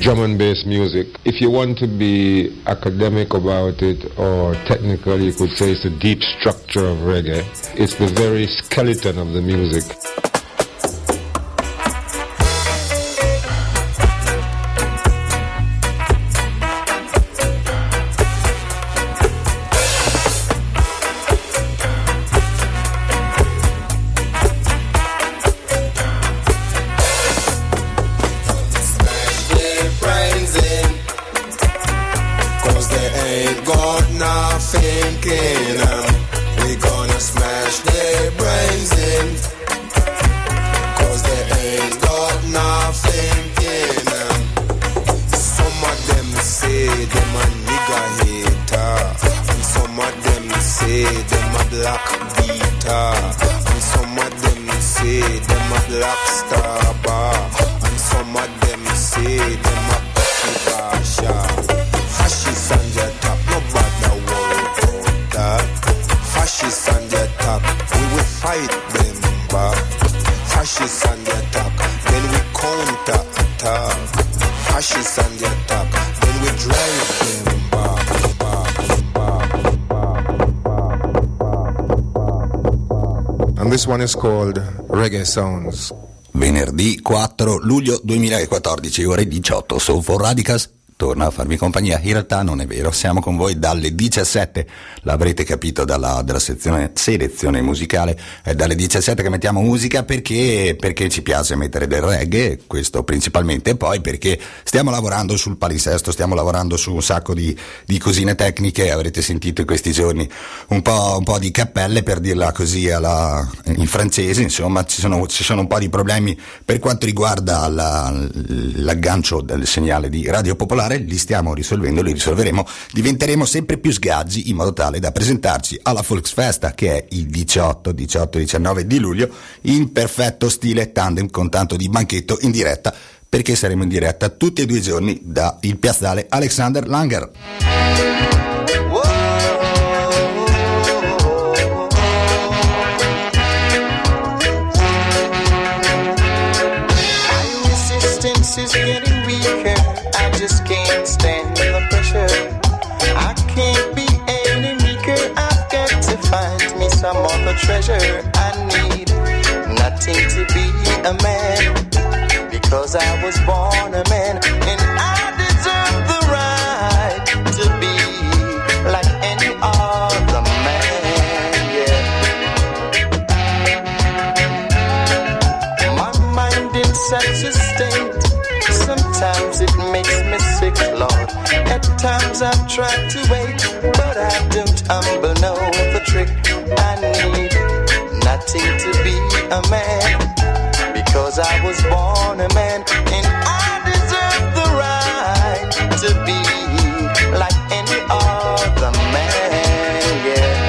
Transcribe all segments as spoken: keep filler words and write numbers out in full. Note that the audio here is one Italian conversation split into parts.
drum and bass music. If you want to be academic about it or technical, you could say it's the deep structure of reggae. It's the very skeleton of the music. This one is called Reggae Sounds. Venerdì quattro luglio duemilaquattordici, ore diciotto, Soul for Radicals torna a farvi compagnia. In realtà non è vero, siamo con voi dalle diciassette, l'avrete capito dalla, dalla sezione selezione musicale, è dalle diciassette che mettiamo musica perché, perché ci piace mettere del reggae, questo principalmente, e poi perché stiamo lavorando sul palinsesto, stiamo lavorando su un sacco di, di cosine tecniche. Avrete sentito in questi giorni un po', un po' di cappelle, per dirla così alla, in francese, insomma ci sono, ci sono un po' di problemi per quanto riguarda la, l'aggancio del segnale di Radio Popolare. Li stiamo risolvendo, li risolveremo, diventeremo sempre più sgaggi in modo tale da presentarci alla Volksfesta, che è il diciotto, diciotto, diciannove di luglio, in perfetto stile tandem con tanto di banchetto in diretta, perché saremo in diretta tutti e due i giorni da il piazzale Alexander Langer. Is getting weaker, I just can't stand the pressure. I can't be any meeker, I've got to find me some other treasure. I need nothing to be a man, because I was born a man, and I deserve the right to be like any other man, yeah. My mind in such a state, sometimes it makes me sick, Lord. At times I've tried to wait, but I don't humble know the trick. I need nothing to be a man, because I was born a man, and I deserve the right to be like any other man, yeah.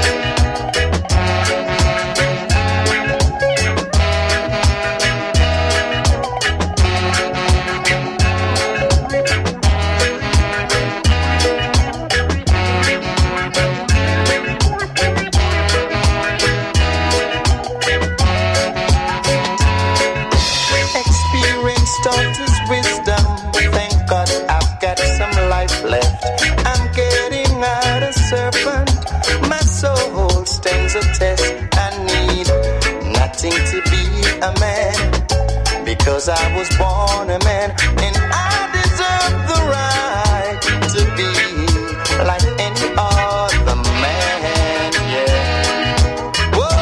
A test. I need nothing to be a man, because I was born a man, and I deserve the right to be like any other man, yeah. Whoa.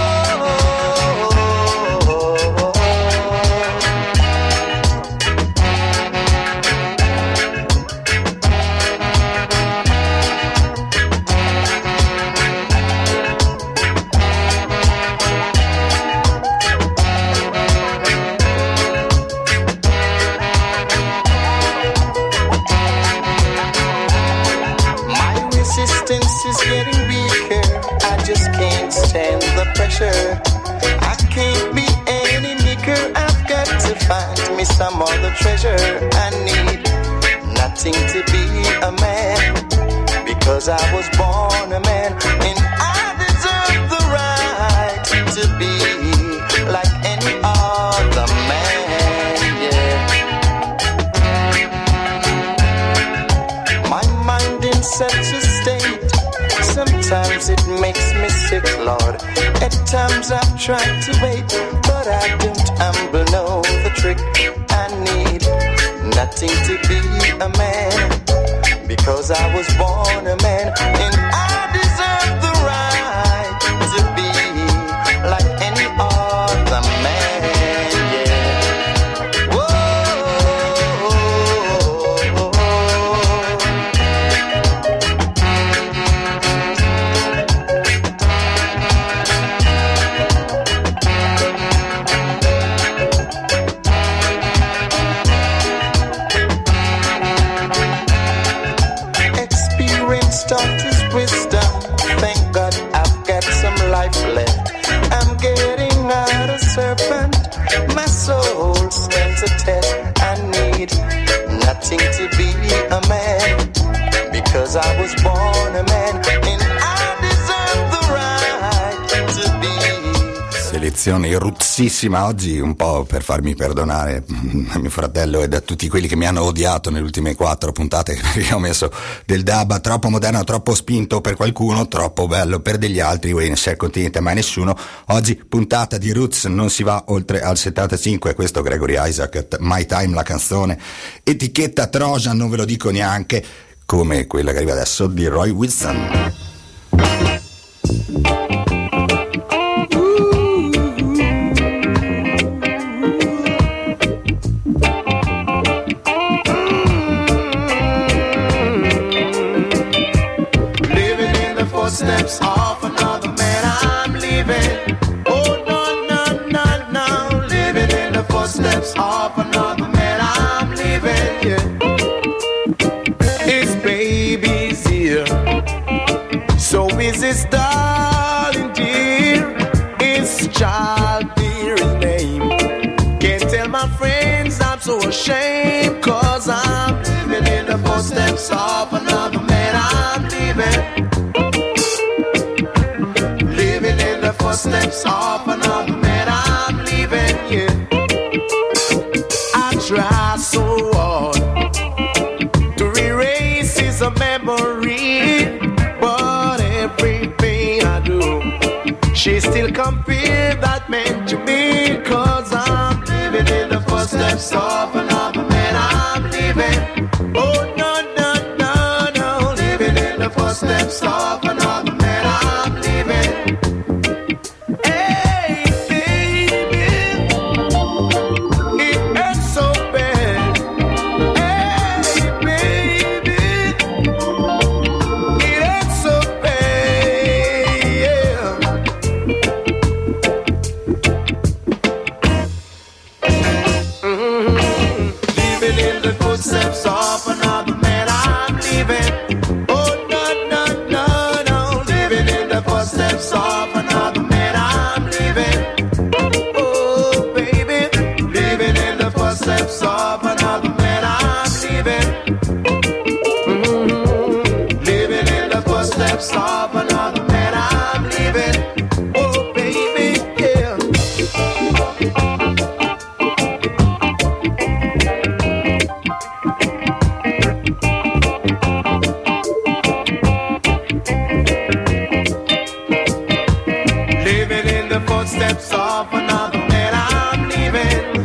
Is getting weaker, I just can't stand the pressure. I can't be any meeker, I've got to find me some other treasure. I need nothing to be a man, because I was born a man, and I deserve the right to be like any other man, yeah. Lord. At times I've tried to wait, but I don't humble know the trick. I need nothing to be a man, because I was born a man, and I deserve the right to be like any other man. Yeah. Whoa. Taught his wisdom. Thank God I've got some life left. I'm getting out of serpent. My soul stands a test. I need nothing to be a man, because I was born a man, and I deserve the right to be. Selezione ruzzissima oggi, un po' per farmi perdonare a mio fratello e da tutti quelli che mi hanno odiato nelle ultime quattro puntate, perché ho messo del dub troppo moderno, troppo spinto per qualcuno, troppo bello per degli altri, Wayne si è contenta mai nessuno. Oggi puntata di Roots, non si va oltre al settantacinque, questo Gregory Isaac, My Time la canzone, etichetta Trojan, non ve lo dico neanche, come quella che arriva adesso di Roy Wilson. Steps off another man, I'm leaving. Oh no, no, no, no. Living in the footsteps of another man, I'm leaving. Yeah. His baby's here, so is his darling dear. His child dear his name. Can't tell my friends I'm so ashamed, 'cause I'm living in the footsteps of another man, I'm leaving. Footsteps of another man, I'm leaving, yeah. I try so hard to erase his memory, but everything I do, she still compare that man to me, 'cause I'm living in the footsteps of another man, I'm leaving. Oh no, no, no, no, living in the footsteps of another man, I'm leaving. Footsteps of another man, I'm leaving. Oh no, no, no, no. Living in the footsteps of another man, I'm leaving. Oh baby, living in the footsteps of another man, I'm leaving. Mm-hmm. Living in the footsteps of another man, I'm leaving. Oh baby, yeah. Footsteps of another man, I'm leaving.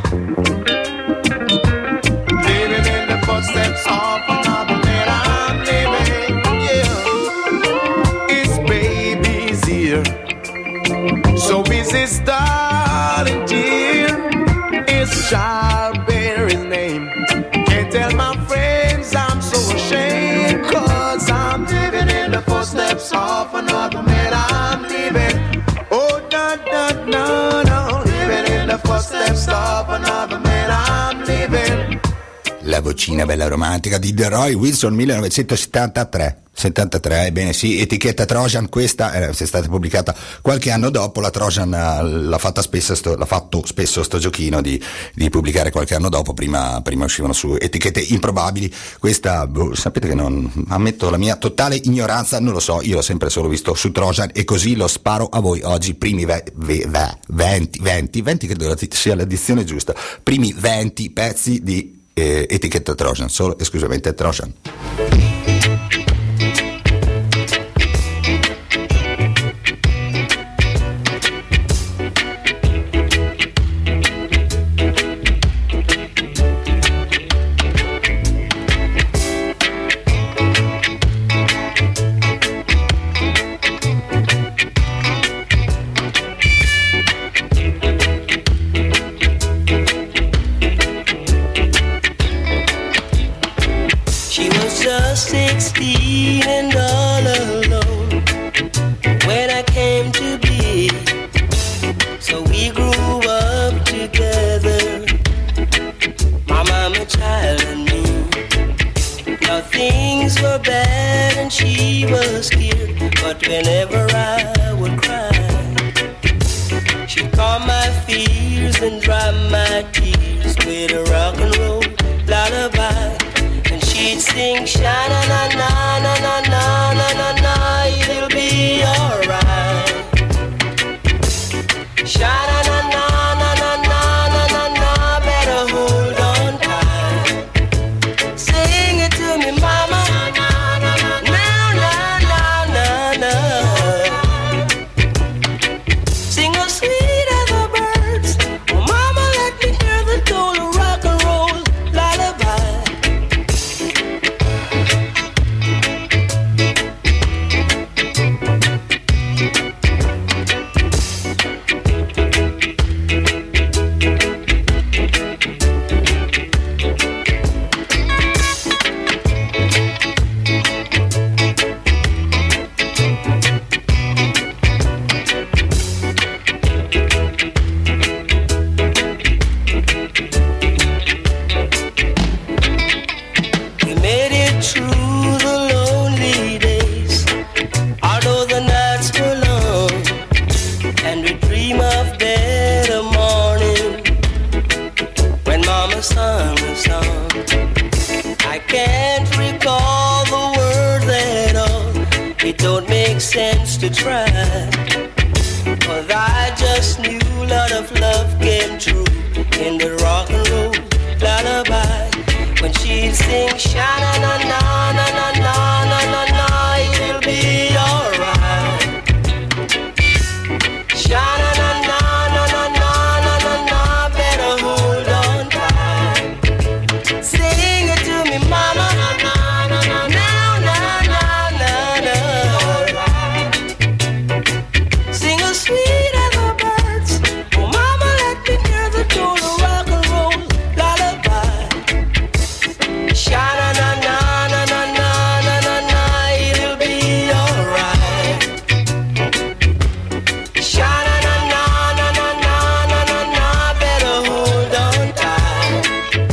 Living in the footsteps of another man, I'm leaving. Yeah, his baby's here, so is his darling dear. His child bear his name. Can't tell my friends I'm so ashamed, 'cause I'm living in the footsteps of another man, I'm leaving. Oh no, no, no, no, living in the footsteps of another man, I'm leaving. La vocina bella romantica di The Roy Wilson, millenovecentosettantatré. settantatré, ebbene sì, etichetta Trojan, questa è stata pubblicata qualche anno dopo. La Trojan l'ha fatta spesso, sto, l'ha fatto spesso sto giochino di, di pubblicare qualche anno dopo, prima, prima uscivano su etichette improbabili. Questa, boh, sapete che non, ammetto la mia totale ignoranza, non lo so, io l'ho sempre solo visto su Trojan e così lo sparo a voi oggi, primi ve, ve, ve, venti, venti, venti credo sia l'addizione giusta, primi venti pezzi di eh, etichetta Trojan, solo esclusivamente Trojan. She was just sixteen and all alone when I came to be. So we grew up together, my mama, child, and me. Now things were bad and she was scared, but whenever I would cry, she'd calm my fears and dry my tears with a rock and roll lullaby. And she'd sing sha-na-na-na-na-na-na-na-na-na, it'll be alright. Sha-na-na-na-na-na-na-na-na, better hold on tight. Sing it to me, mama. Na-na-na-na-na. Sing as sweet as the birds. Oh, mama, let me hear the tone of rock and roll lullaby. We made it through the lonely days, although the nights were long, and we dream of better morning when mama sung a song. I can't recall the words at all, it don't make sense to try, but I just knew a lot of love came true in the rock and roll lullaby. When she'd sing sha-na-na-na-na-na-na-na-na-na, it'll be alright. Sha-na-na-na-na-na-na-na-na, better hold on tight. Sing it to me, mama. Na-na-na-na-na-na. Sing as sweet as the birds. Oh, mama, let me hear the tone of rock and roll lullaby. Sha-na-na-na-na-na-na-na-na, it'll be alright. Sha-na-na-na-na-na-na-na, better hold on tight.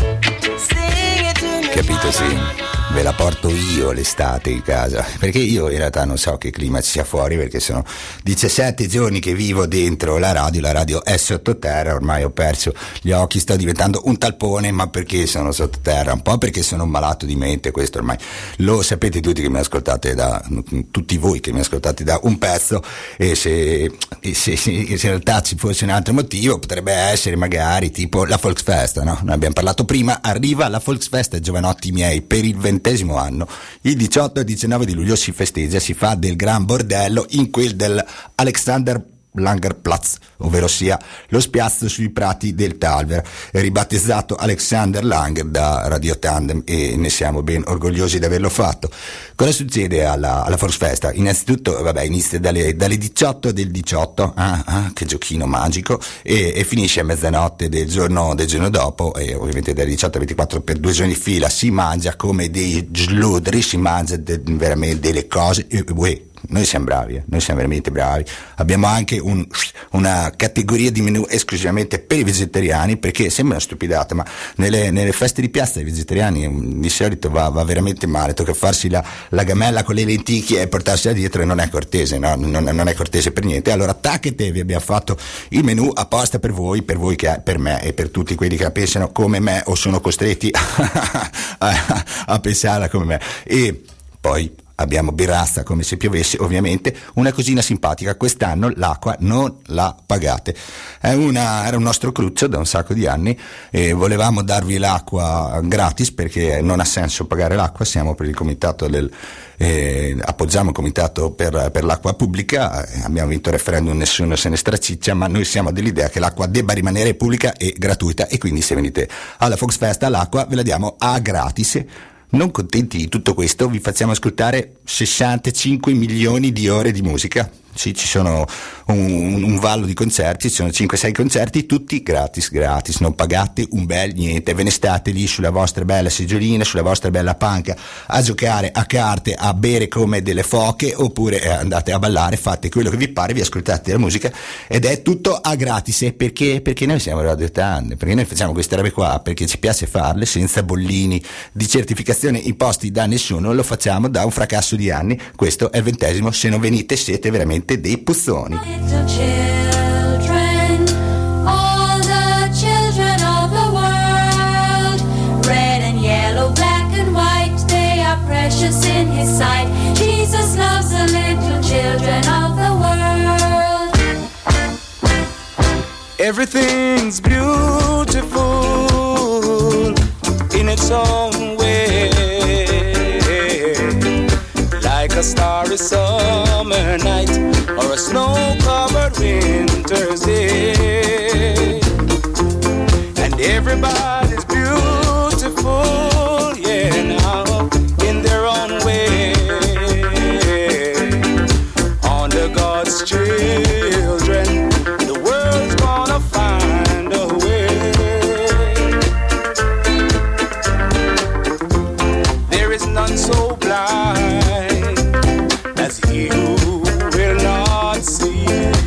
Sing it to me, Capito, sì. mama. Ve la porto io l'estate in casa, perché io in realtà non so che clima ci sia fuori, perché sono diciassette giorni che vivo dentro la radio, la radio è sottoterra, ormai ho perso gli occhi, sto diventando un talpone, ma perché sono sottoterra? Un po' perché sono un malato di mente, questo ormai lo sapete tutti che mi ascoltate da, tutti voi che mi ascoltate da un pezzo, e se, e se, se in realtà ci fosse un altro motivo potrebbe essere magari tipo la Volksfest, no? Noi abbiamo parlato prima, arriva la Volksfest, giovanotti miei, per il ventesimo anno, il diciotto e diciannove di luglio si festeggia, si fa del gran bordello in quel del Alexander Langerplatz, ovvero sia lo spiazzo sui prati del Talver, ribattezzato Alexander Langer da Radio Tandem, e ne siamo ben orgogliosi di averlo fatto. Cosa succede alla, alla Volksfest? Innanzitutto, vabbè, inizia dalle, dalle diciotto del diciotto, ah, ah, che giochino magico, e, e finisce a mezzanotte del giorno, del giorno dopo, e ovviamente dalle diciotto alle ventiquattro per due giorni di fila si mangia come dei sludri, si mangia de, veramente delle cose, e, uè, noi siamo bravi, eh? Noi siamo veramente bravi. Abbiamo anche un, una categoria di menù esclusivamente per i vegetariani, perché sembra una stupidata, ma nelle, nelle feste di piazza i vegetariani di solito va, va veramente male, tocca farsi la, la gamella con le lenticchie e portarsela dietro, e non è cortese, no? non, non è cortese per niente. Allora taccate, vi abbiamo fatto il menù apposta per voi, per voi che per me e per tutti quelli che la pensano come me o sono costretti a, a, a pensarla come me. E poi abbiamo birrazza come se piovesse, ovviamente, una cosina simpatica. Quest'anno l'acqua non la pagate, è una, era un nostro cruccio da un sacco di anni, e volevamo darvi l'acqua gratis perché non ha senso pagare l'acqua. Siamo per il comitato del eh, appoggiamo il comitato per, per l'acqua pubblica, abbiamo vinto il referendum, nessuno se ne straciccia, ma noi siamo dell'idea che l'acqua debba rimanere pubblica e gratuita, e quindi se venite alla Volksfest l'acqua ve la diamo a gratis. Non contenti di tutto questo, vi facciamo ascoltare sessantacinque milioni di ore di musica. Sì, ci sono un, un vallo di concerti, ci sono cinque sei concerti, tutti gratis, gratis, non pagate un bel niente, ve ne state lì sulla vostra bella seggiolina, sulla vostra bella panca a giocare a carte, a bere come delle foche, oppure andate a ballare, fate quello che vi pare, vi ascoltate la musica ed è tutto a gratis. E perché? Perché noi siamo Radio Tande, perché noi facciamo queste robe qua, perché ci piace farle senza bollini di certificazione imposti da nessuno, lo facciamo da un fracasso di anni. Questo è il ventesimo, se non venite siete veramente dei puzzoni. Little children, all the children of the world, red and yellow, black and white, they are precious in His sight. Jesus loves the little children of the world. Everything's beautiful in its own way, like a starry summer night or a snow-covered winter's day. And everybody's beautiful, yeah, now, in their own way. Under God's children, the world's gonna find a way. There is none so blind as he who will not see.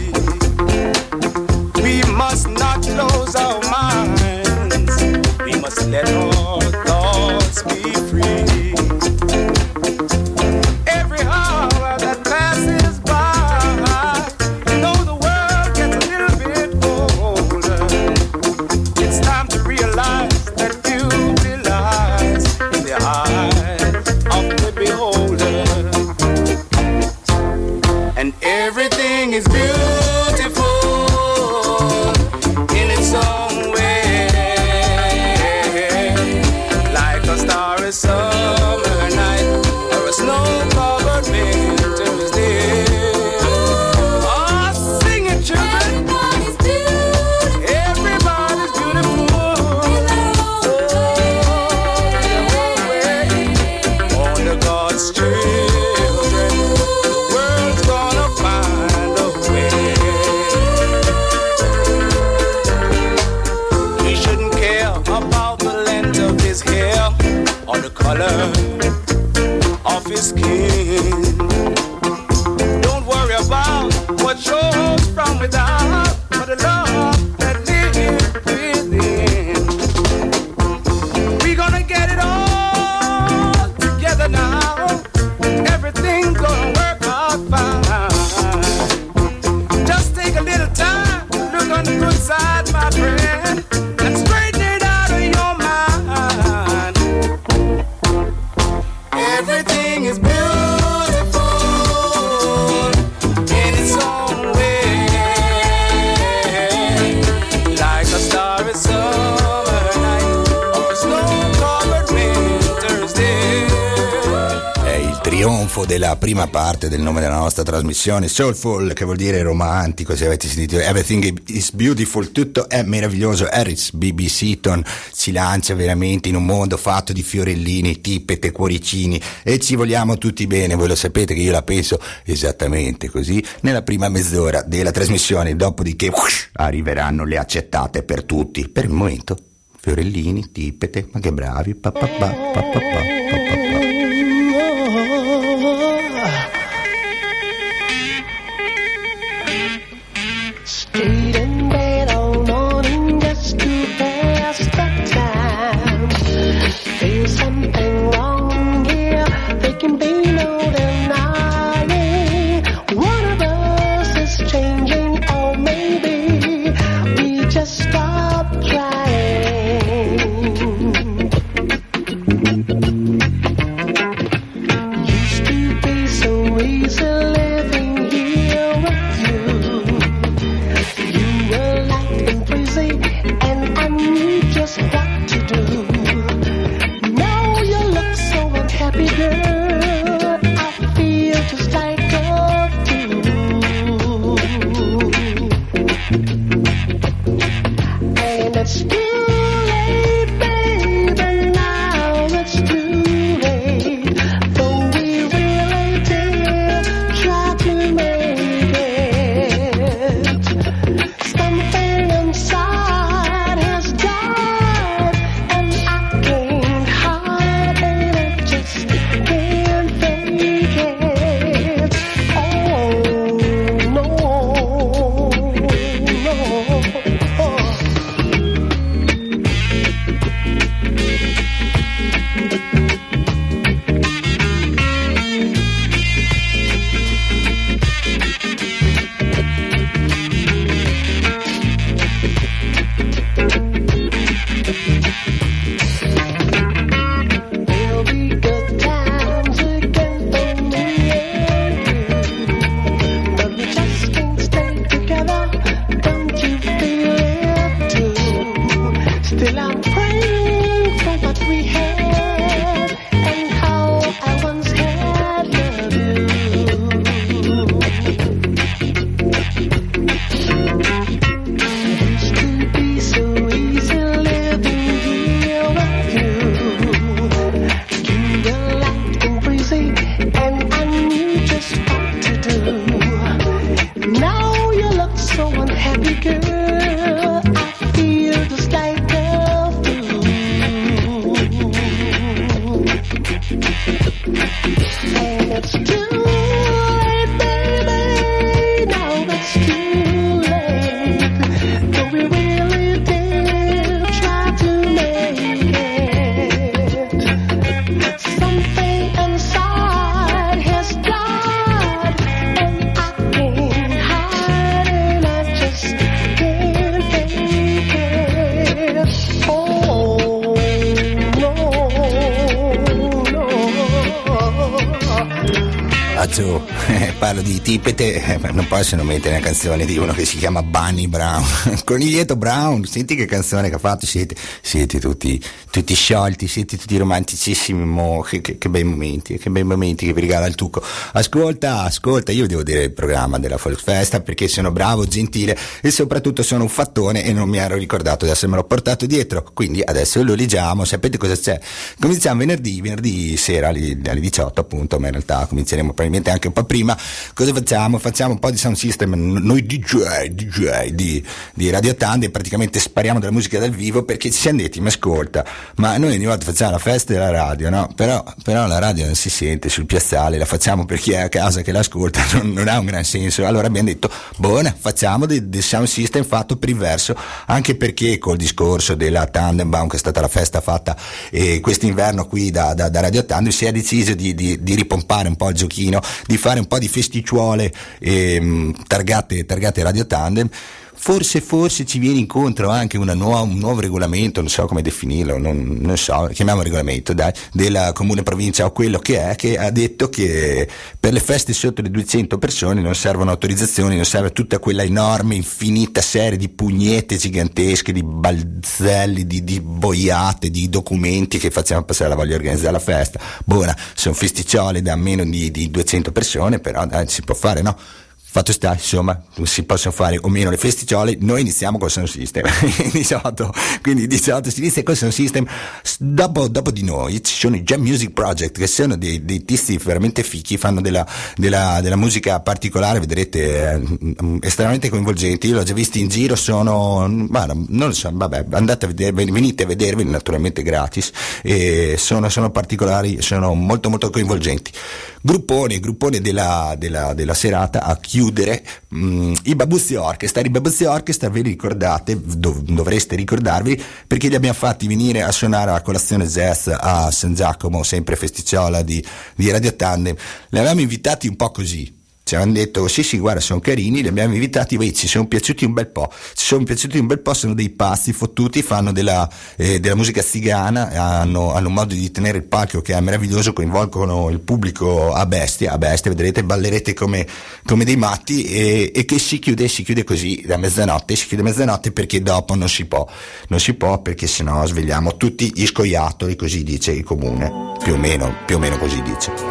We must not close our minds, we must let our thoughts be free. Every hour that passes by, you know the world gets a little bit older. It's time to realize that beauty lies in the eyes of the beholder. And everything is beautiful in its own way, like a starry summer night or a snow-covered winter's day. Oh, sing it, children! Everybody's beautiful. Everybody's beautiful. Oh, under God's children, the world's gonna find a way. We shouldn't care about the length of his hair or the color of his skin. Don't worry about what shows from without, but the love that lives within. We're gonna get it all together now. Everything's gonna work out fine. Just take a little time, look on the good side, my friend, and straighten it out of your mind. Everything is beautiful in its own way, like a starry summer night or a snow-covered winter's day. È il trionfo della prima parte del nome della nostra trasmissione, Soulful, che vuol dire romantico. Se avete sentito Everything is Beautiful, tutto è meraviglioso. Harris B B Seaton si lancia veramente in un mondo fatto di fiorellini, tippete, cuoricini, e ci vogliamo tutti bene. Voi lo sapete che io la penso esattamente così nella prima mezz'ora della trasmissione, dopodiché ush, arriveranno le accettate per tutti. Per il momento fiorellini, tippete, ma che bravi, pa pa pa pa pa pa pa pa. Stayed in bed all morning just to pass the time. There's something wrong here, they can be no denying. One of us is changing, or maybe we just stopped trying. faccio, eh, parlo di tippete, eh, non possono mettere una canzone di uno che si chiama Bunny Brown. Coniglietto Brown, senti che canzone che ha fatto, siete, siete tutti, tutti sciolti, siete tutti romanticissimi, mo, che, che, che bei momenti, che bei momenti che vi regala il Tucco. Ascolta, ascolta, io devo dire il programma della Volksfesta perché sono bravo, gentile e soprattutto sono un fattone e non mi ero ricordato di essermelo portato dietro, quindi adesso lo leggiamo. Sapete cosa c'è? Cominciamo venerdì, venerdì sera alle, alle diciotto appunto, ma in realtà cominceremo probabilmente anche un po' prima. Cosa facciamo? Facciamo un po' di sound system, noi D J, D J di, di Radio Tandem, praticamente spariamo della musica dal vivo perché ci siamo detti, ma ascolta, ma noi ogni volta facciamo la festa della radio, no? Però, però la radio non si sente sul piazzale, la facciamo per chi è a casa che l'ascolta, non, non ha un gran senso. Allora abbiamo detto, buona, facciamo del, del sound system fatto per il verso, anche perché col discorso della Tandembaum, che è stata la festa fatta eh, quest'inverno qui da, da, da Radio Tandem, si è deciso di, di, di ripompare un po' il giochino, di fare un po' di festicciuole eh, targate, targate Radio Tandem. Forse, forse ci viene incontro anche una nuova, un nuovo regolamento, non so come definirlo, non, non so, chiamiamo regolamento, dai, della comune provincia o quello che è, che ha detto che per le feste sotto le duecento persone non servono autorizzazioni, non serve tutta quella enorme, infinita serie di pugnette gigantesche, di balzelli, di, di boiate, di documenti che facciamo passare la voglia di organizzare la festa. Buona, sono festicciole da meno di, di duecento persone, però dai, si può fare, no? Fatto sta, insomma, si possono fare o meno le festicciole. Noi iniziamo col sound system diciotto, quindi diciotto si inizia col sound system. Dopo, dopo di noi ci sono i Jam Music Project, che sono dei, dei tizi veramente fichi, fanno della, della, della musica particolare, vedrete, eh, estremamente coinvolgenti. Io l'ho già visti in giro, sono, guarda, non lo so, vabbè, andate a vedere, venite a vedervi, naturalmente gratis, e sono, sono particolari, sono molto molto coinvolgenti. Gruppone, gruppone della, della, della serata a chiudere, mh, i Babuzzi Orchestra. I Babuzzi Orchestra ve li ricordate, dov- dovreste ricordarvi, perché li abbiamo fatti venire a suonare a colazione jazz a San Giacomo, sempre festicciola di, di Radio Tandem. Li avevamo invitati un po' così. Ci hanno detto sì sì guarda sono carini, li abbiamo invitati, beh, ci sono piaciuti un bel po', ci sono piaciuti un bel po', sono dei pazzi fottuti, fanno della, eh, della musica zigana, hanno, hanno un modo di tenere il palco che è meraviglioso, coinvolgono il pubblico a bestia, a bestia, vedrete, ballerete come, come dei matti, e, e che si chiude, si chiude così da mezzanotte, si chiude a mezzanotte perché dopo non si può, non si può perché sennò svegliamo tutti gli scoiattoli, così dice il comune, più o meno, più o meno così dice.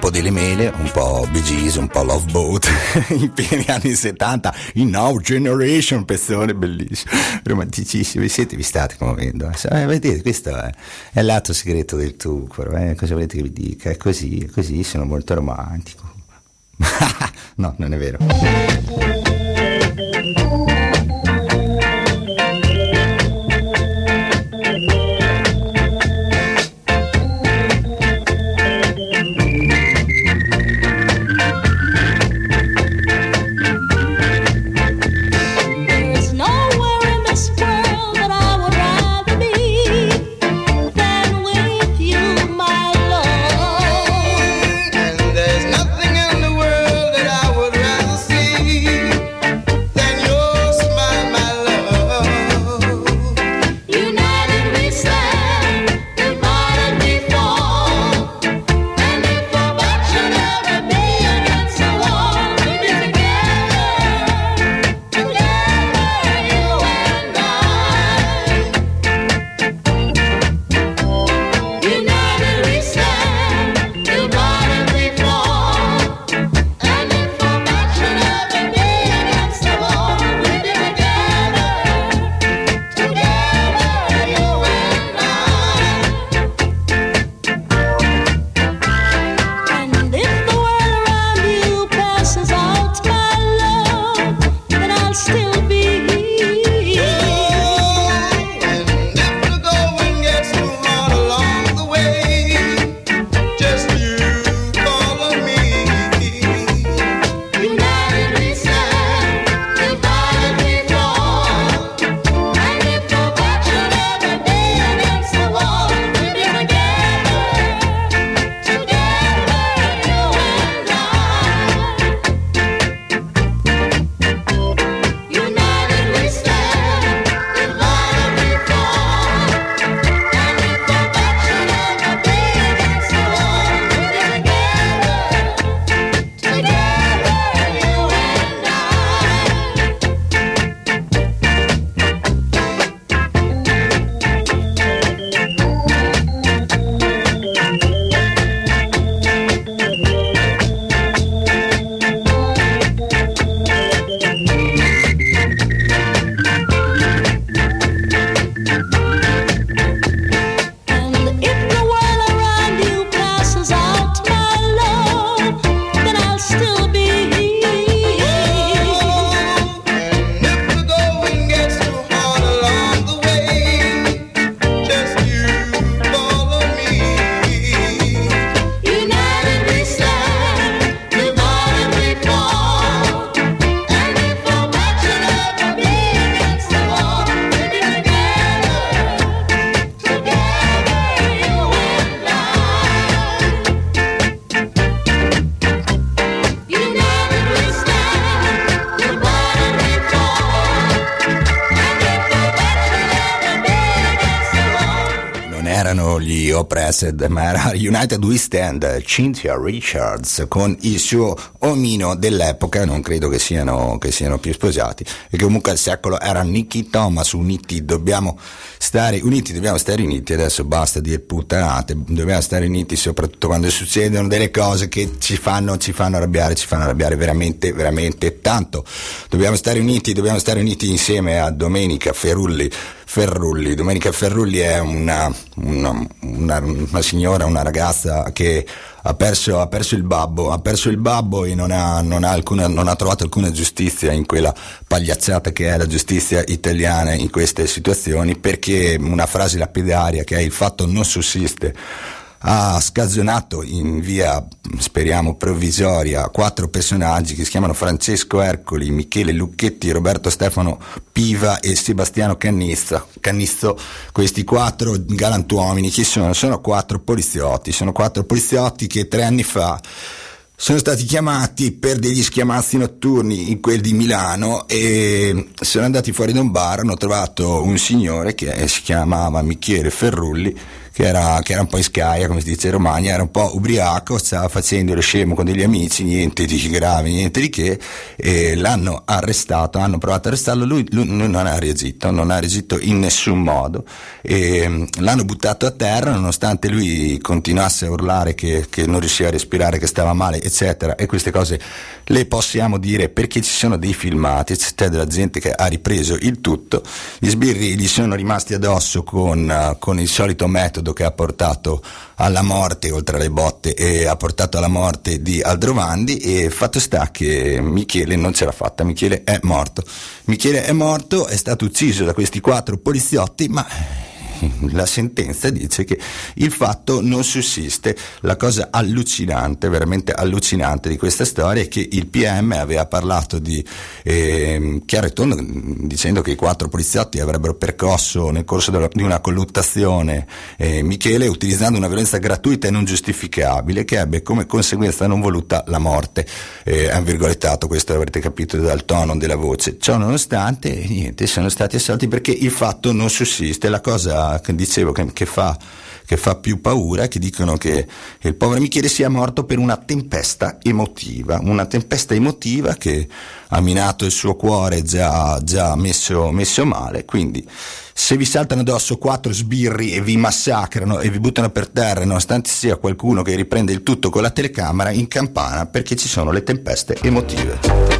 tempo delle mele, un po' Bee Gees, un po' Love Boat, i pieni anni settanta, in Now Generation, pezzone bellissimo, romanticissimo. Siete, vi state commuovendo, eh, vedete, questo è, è il lato segreto del Tucoro, eh? Cosa volete che vi dica? È così, è così, sono molto romantico. No, non è vero. Oppressed, ma era United We Stand, Cynthia Richards con il suo omino dell'epoca, non credo che siano, che siano più sposati, e che comunque al secolo era Nicky Thomas. Uniti dobbiamo stare uniti, dobbiamo stare uniti, adesso basta dire puttanate, dobbiamo stare uniti soprattutto quando succedono delle cose che ci fanno, ci fanno arrabbiare, ci fanno arrabbiare veramente, veramente tanto. Dobbiamo stare uniti, dobbiamo stare uniti insieme a Domenica Ferrulli. Ferrulli. Domenica Ferrulli è una, una, una, una signora, una ragazza che ha perso, ha perso il babbo, ha perso il babbo e non ha, non ha, alcuna, non ha trovato alcuna giustizia in quella pagliacciata che è la giustizia italiana in queste situazioni, perché una frase lapidaria che è il fatto non sussiste ha scagionato in via, speriamo, provvisoria quattro personaggi che si chiamano Francesco Ercoli, Michele Lucchetti, Roberto Stefano Piva e Sebastiano Cannizzo. Cannizzo. Questi quattro galantuomini chi sono? Sono quattro poliziotti, sono quattro poliziotti che tre anni fa sono stati chiamati per degli schiamazzi notturni in quel di Milano e sono andati fuori da un bar, hanno trovato un signore che si chiamava Michele Ferrulli, che era, che era un po' in scaia, come si dice in Romagna, era un po' ubriaco, stava facendo lo scemo con degli amici, niente di grave, niente di che, e l'hanno arrestato, hanno provato a arrestarlo, lui, lui, lui non ha reagito, non ha reagito in nessun modo, e l'hanno buttato a terra nonostante lui continuasse a urlare che, che non riusciva a respirare, che stava male, eccetera, e queste cose le possiamo dire perché ci sono dei filmati, c'è della gente che ha ripreso il tutto. Gli sbirri gli sono rimasti addosso con, uh, con il solito metodo che ha portato alla morte, oltre alle botte, e ha portato alla morte di Aldrovandi, e fatto sta che Michele non ce l'ha fatta, Michele è morto. Michele è morto, è stato ucciso da questi quattro poliziotti, ma la sentenza dice che il fatto non sussiste. La cosa allucinante, veramente allucinante di questa storia è che il P M aveva parlato di eh, chiaro e tondo, dicendo che i quattro poliziotti avrebbero percosso nel corso della, di una colluttazione eh, Michele, utilizzando una violenza gratuita e non giustificabile che ebbe come conseguenza non voluta la morte. Eh, ha virgolettato, questo avrete capito dal tono della voce. Ciò nonostante, niente, sono stati assolti perché il fatto non sussiste. La cosa che dicevo che, che fa che fa più paura è che dicono che il povero Michele sia morto per una tempesta emotiva, una tempesta emotiva che ha minato il suo cuore già, già messo, messo male. Quindi se vi saltano addosso quattro sbirri e vi massacrano e vi buttano per terra, nonostante sia qualcuno che riprende il tutto con la telecamera, in campana, perché ci sono le tempeste emotive.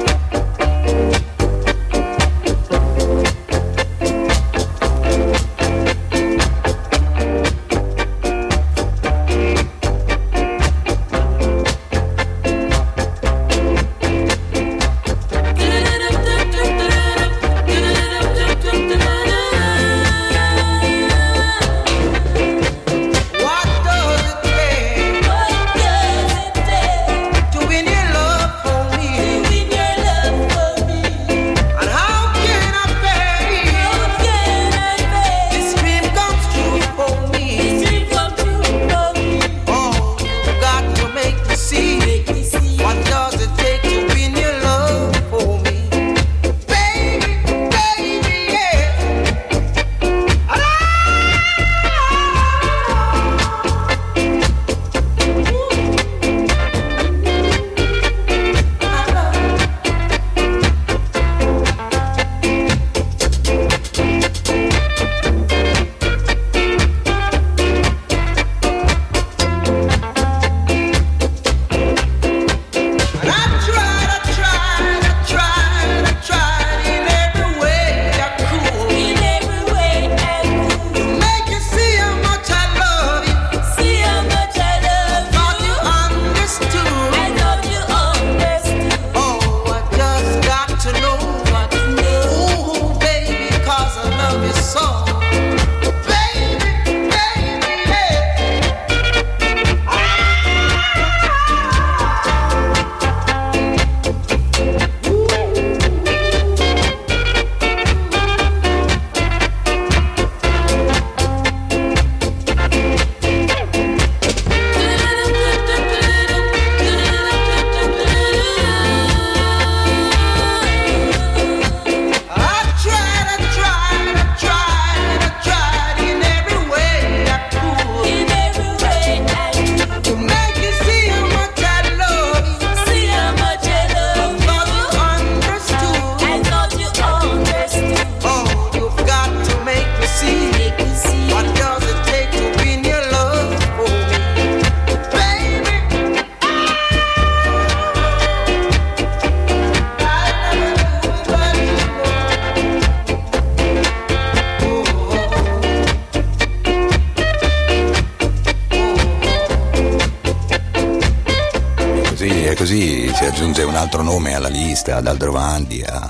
Così si aggiunge un altro nome alla lista, ad Aldrovandi, a,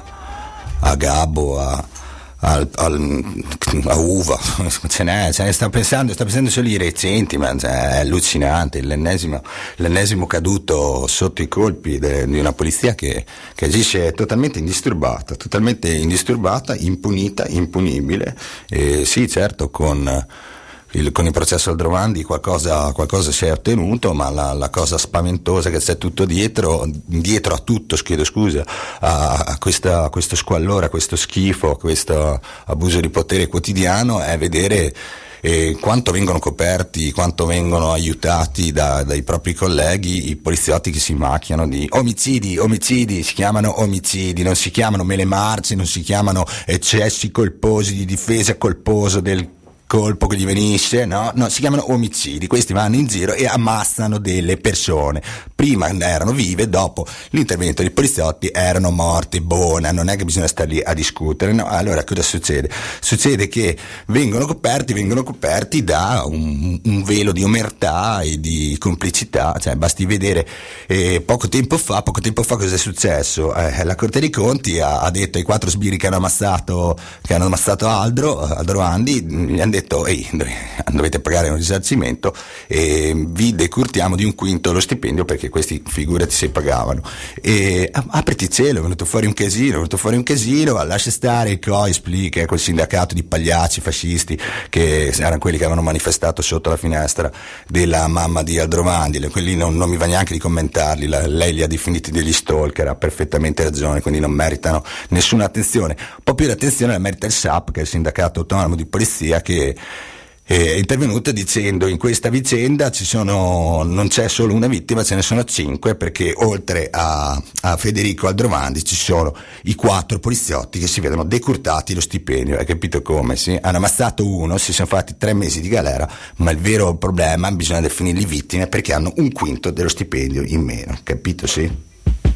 a Gabbo, a, a, a Uva, ce n'è, ce n'è, sta pensando, sta pensando solo ai recenti, ma cioè, è allucinante, l'ennesimo, l'ennesimo caduto sotto i colpi de, di una polizia che, che agisce totalmente indisturbata, totalmente indisturbata, impunita, impunibile, e sì, certo, con Il, con il processo Aldrovandi qualcosa, qualcosa si è ottenuto, ma la, la cosa spaventosa che c'è tutto dietro, dietro a tutto, chiedo scusa, a, a, questa, a questo squallore, a questo schifo, a questo abuso di potere quotidiano, è vedere eh, quanto vengono coperti, quanto vengono aiutati da, dai propri colleghi i poliziotti che si macchiano di omicidi, omicidi, si chiamano omicidi, non si chiamano mele marce, non si chiamano eccessi colposi di difesa colposo del colpo che gli venisse, no? No, si chiamano omicidi. Questi vanno in giro e ammassano delle persone. Prima erano vive, dopo l'intervento dei poliziotti erano morte, buona, non è che bisogna stare lì a discutere, no? Allora cosa succede? Succede che vengono coperti, vengono coperti da un, un velo di omertà e di complicità, cioè basti vedere eh, poco tempo fa, poco tempo fa cosa è successo? Eh, la Corte dei Conti ha, ha detto ai quattro sbirri che hanno ammazzato, che hanno ammazzato Aldro, Aldro Andi, gli hanno detto ehi, dovete pagare un risarcimento e vi decurtiamo di un quinto lo stipendio perché questi figurati se pagavano. E apriti cielo, è venuto fuori un casino, è venuto fuori un casino, lascia stare il COISPLI, che è quel sindacato di pagliacci fascisti che erano quelli che avevano manifestato sotto la finestra della mamma di Aldrovandi, quelli non, non mi va neanche di commentarli, la, lei li ha definiti degli stalker, ha perfettamente ragione, quindi non meritano nessuna attenzione. Un po' più di attenzione la merita il S A P, che è il sindacato autonomo di polizia, che è intervenuta dicendo in questa vicenda ci sono, non c'è solo una vittima, ce ne sono cinque, perché oltre a, a Federico Aldrovandi ci sono i quattro poliziotti che si vedono decurtati lo stipendio. Hai capito come? Sì? Hanno ammazzato uno, si sono fatti tre mesi di galera, ma il vero problema bisogna definirli vittime perché hanno un quinto dello stipendio in meno, capito? Sì?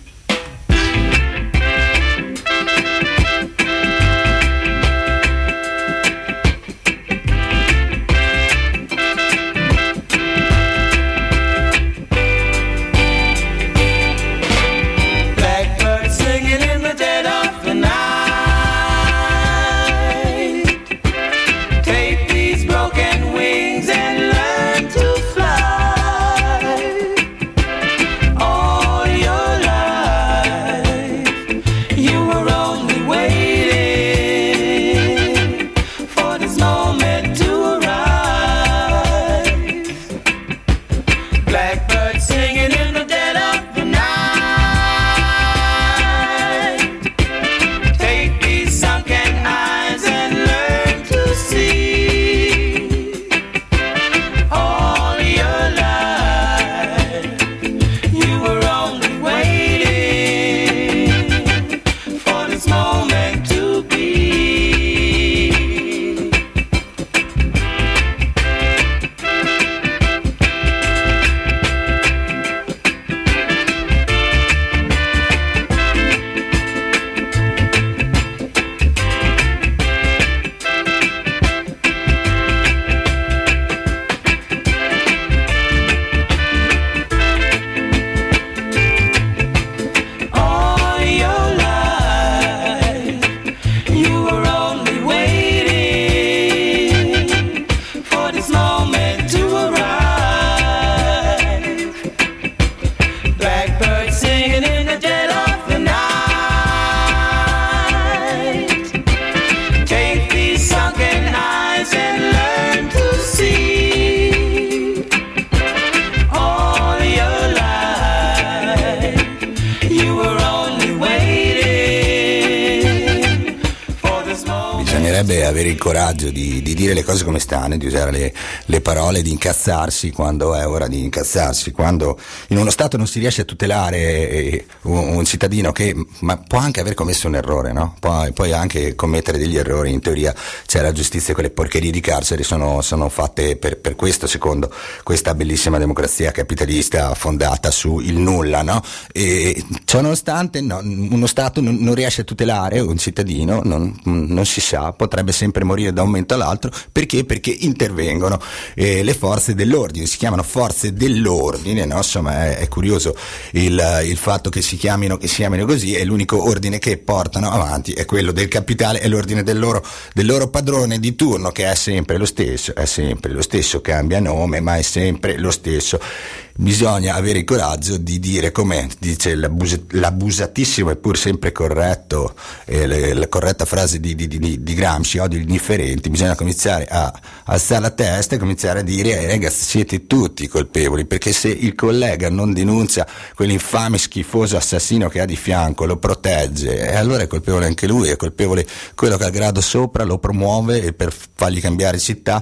Avere il coraggio di, di dire le cose come stanno, di usare le, le parole, di incazzarsi quando è ora di incazzarsi, quando in uno Stato non si riesce a tutelare un, un cittadino che ma può anche aver commesso un errore, no? Può, puoi anche commettere degli errori, in teoria c'è la giustizia, quelle porcherie di carceri sono, sono fatte per, per questo, secondo questa bellissima democrazia capitalista fondata su il nulla, no? E ciò nonostante no, uno Stato non, non riesce a tutelare un cittadino, non, non si sa, potrebbe sempre morire da un momento all'altro, perché? Perché intervengono eh, le forze dell'ordine, si chiamano forze dell'ordine, no? Insomma è, è curioso il, il fatto che si chiamino, che si chiamino così, e l'unico ordine che portano avanti è quello del capitale, è l'ordine del loro, del loro padrone di turno, che è sempre lo stesso, è sempre lo stesso, cambia nome ma è sempre lo stesso. Bisogna avere il coraggio di dire, come dice l'abus- l'abusatissimo e pur sempre corretto eh, le, la corretta frase di, di, di, di Gramsci, odio gli indifferenti. Bisogna cominciare a alzare la testa e cominciare a dire eh, ragazzi, siete tutti colpevoli, perché se il collega non denuncia quell'infame schifoso assassino che ha di fianco, lo protegge, e allora è colpevole anche lui, è colpevole quello che ha il grado sopra, lo promuove e per fargli cambiare città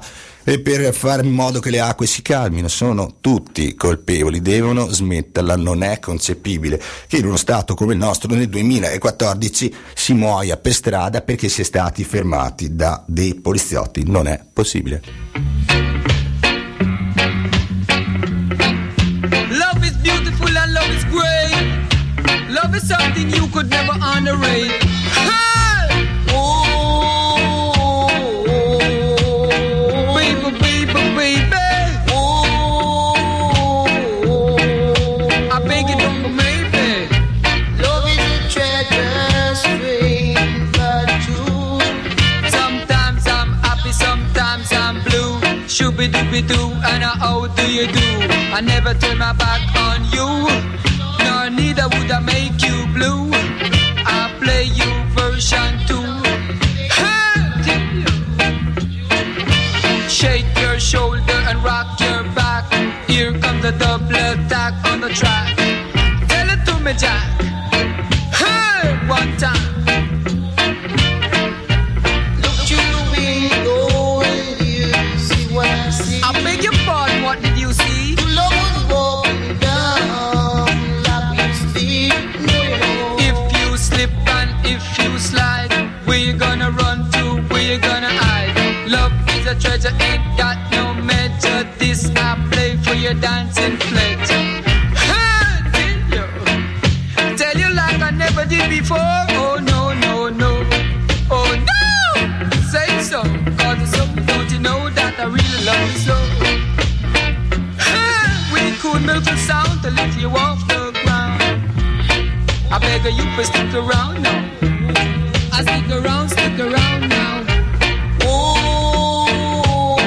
e per fare in modo che le acque si calmino. Sono tutti colpevoli, devono smetterla. Non è concepibile che in uno stato come il nostro nel duemilaquattordici si muoia per strada perché si è stati fermati da dei poliziotti. Non è possibile. Love is beautiful and love is great. Love is something you could never underrate. Hey! Oh, baby, baby, baby. Oh, I beg you don't go maybe. Love is a treasure, strange but true. Sometimes I'm happy, sometimes I'm blue. Shooby dooby doo, and how do you do? I never turn my back on you, nor neither would I make you blue. I play you version two. Hey! Shake your shoulder and rock your back. Here comes the double attack on the track. Tell it to me, Jack. Hey! One time. Look through the window and you see what I see. I beg your pardon, what did you see? The love was walking down like we see. No, you know. If you slip and if you slide, where you gonna run to, where you gonna hide? Love is a treasure, ain't got no measure. This I play for your dancing pleasure. Hey, tell you, tell you like I never did before. Oh no, no, no, oh no, say so, cause it's so, don't you know that I really love you so. Hey, we could milk the sound to lift you off the ground. I beg you, please stick around now. I stick around, stick around now. Oh,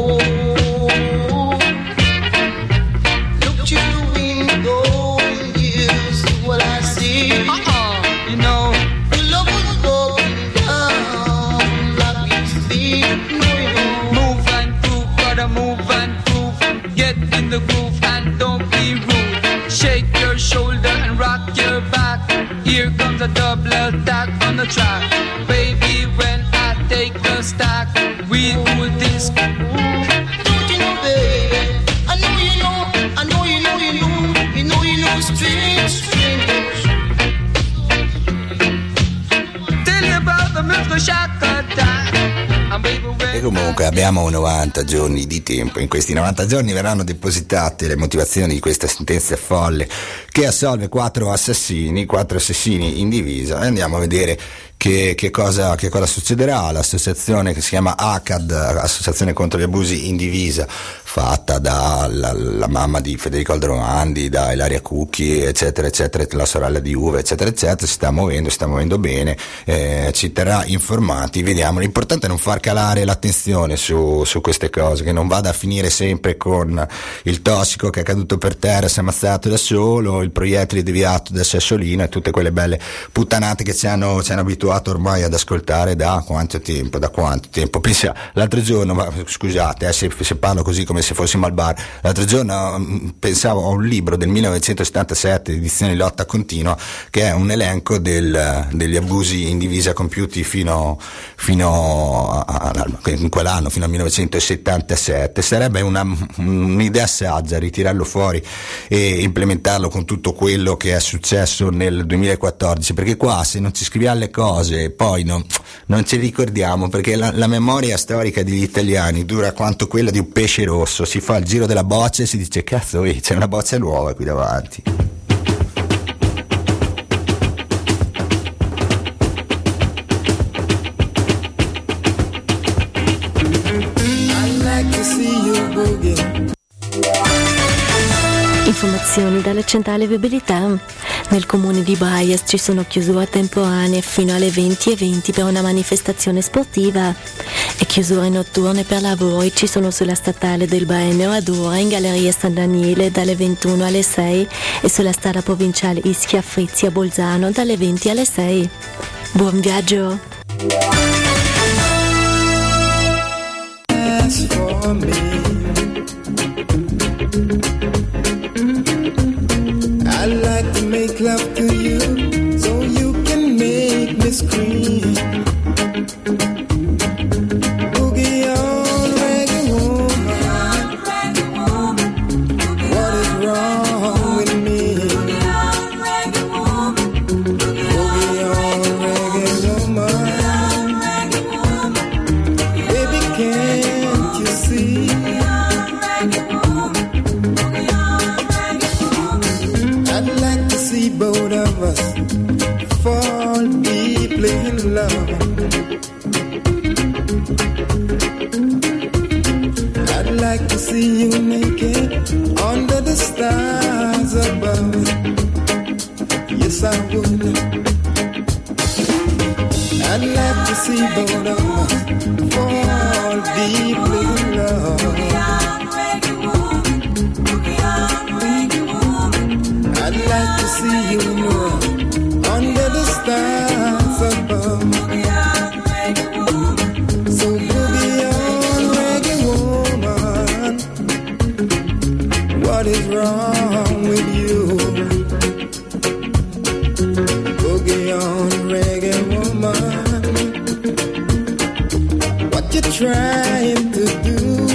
look through the window and you see what I see. Uh-uh, you know. The love was walking down like we see. No, you know. Move and prove, gotta move and prove. Get in the groove and don't be rude. Shake your shoulder and rock your back. Here comes a double attack on the track. Baby, when I take the stack, we do this. Don't you know, baby? I know you know, I know you know, you know, you know, you know, strange, strange. Tell you about the Milk Shack attack. And baby, when E comunque abbiamo novanta giorni di tempo. In questi novanta giorni verranno depositate le motivazioni di questa sentenza folle che assolve quattro assassini, quattro assassini in divisa, e andiamo a vedere che, che, cosa, che cosa succederà. L'associazione che si chiama A C A D, Associazione contro gli abusi in divisa, fatta dalla la mamma di Federico Aldrovandi, da Ilaria Cucchi, eccetera, eccetera, la sorella di Uve, eccetera, eccetera, si sta muovendo, si sta muovendo bene, eh, ci terrà informati, vediamo. L'importante è non far calare l'attenzione su, su queste cose, che non vada a finire sempre con il tossico che è caduto per terra, si è ammazzato da solo, il proiettile deviato da Sassolino e tutte quelle belle puttanate che ci hanno, ci hanno abituato ormai ad ascoltare da quanto tempo, da quanto tempo. Pensa, l'altro giorno, ma scusate eh, se, se parlo così come se fossimo al bar, l'altro giorno mh, pensavo a un libro del millenovecentosettantasette, edizione Lotta Continua, che è un elenco del, degli abusi in divisa compiuti fino, fino a, a, in quell'anno, fino al millenovecentosettantasette. Sarebbe una, un'idea saggia ritirarlo fuori e implementarlo con tutto quello che è successo nel duemilaquattordici, perché qua se non ci scriviamo le cose poi non, non ci ricordiamo, perché la, la memoria storica degli italiani dura quanto quella di un pesce rosso. Si fa il giro della boccia e si dice cazzo, eh, c'è una boccia nuova qui davanti. Informazioni dalla centrale viabilità. Nel comune di Baias ci sono chiusure temporanee fino alle venti e venti per una manifestazione sportiva e chiusure notturne per lavori ci sono sulla statale del Baeneo ad Ora, in Galleria San Daniele dalle ventuno alle sei e sulla strada provinciale Ischia Frizzi a Bolzano dalle venti alle sei. Buon viaggio! I'd like to make love to you so you can make me scream. Boogie on, reggae on. deeply in love. I'd like to see you naked under the stars above. Yes, I would. I'd like to see both of us fall deeply in love. I'd like to see you know, under the stars above. So boogie on, reggae woman, what is wrong with you? Boogie on, reggae woman, what you trying to do?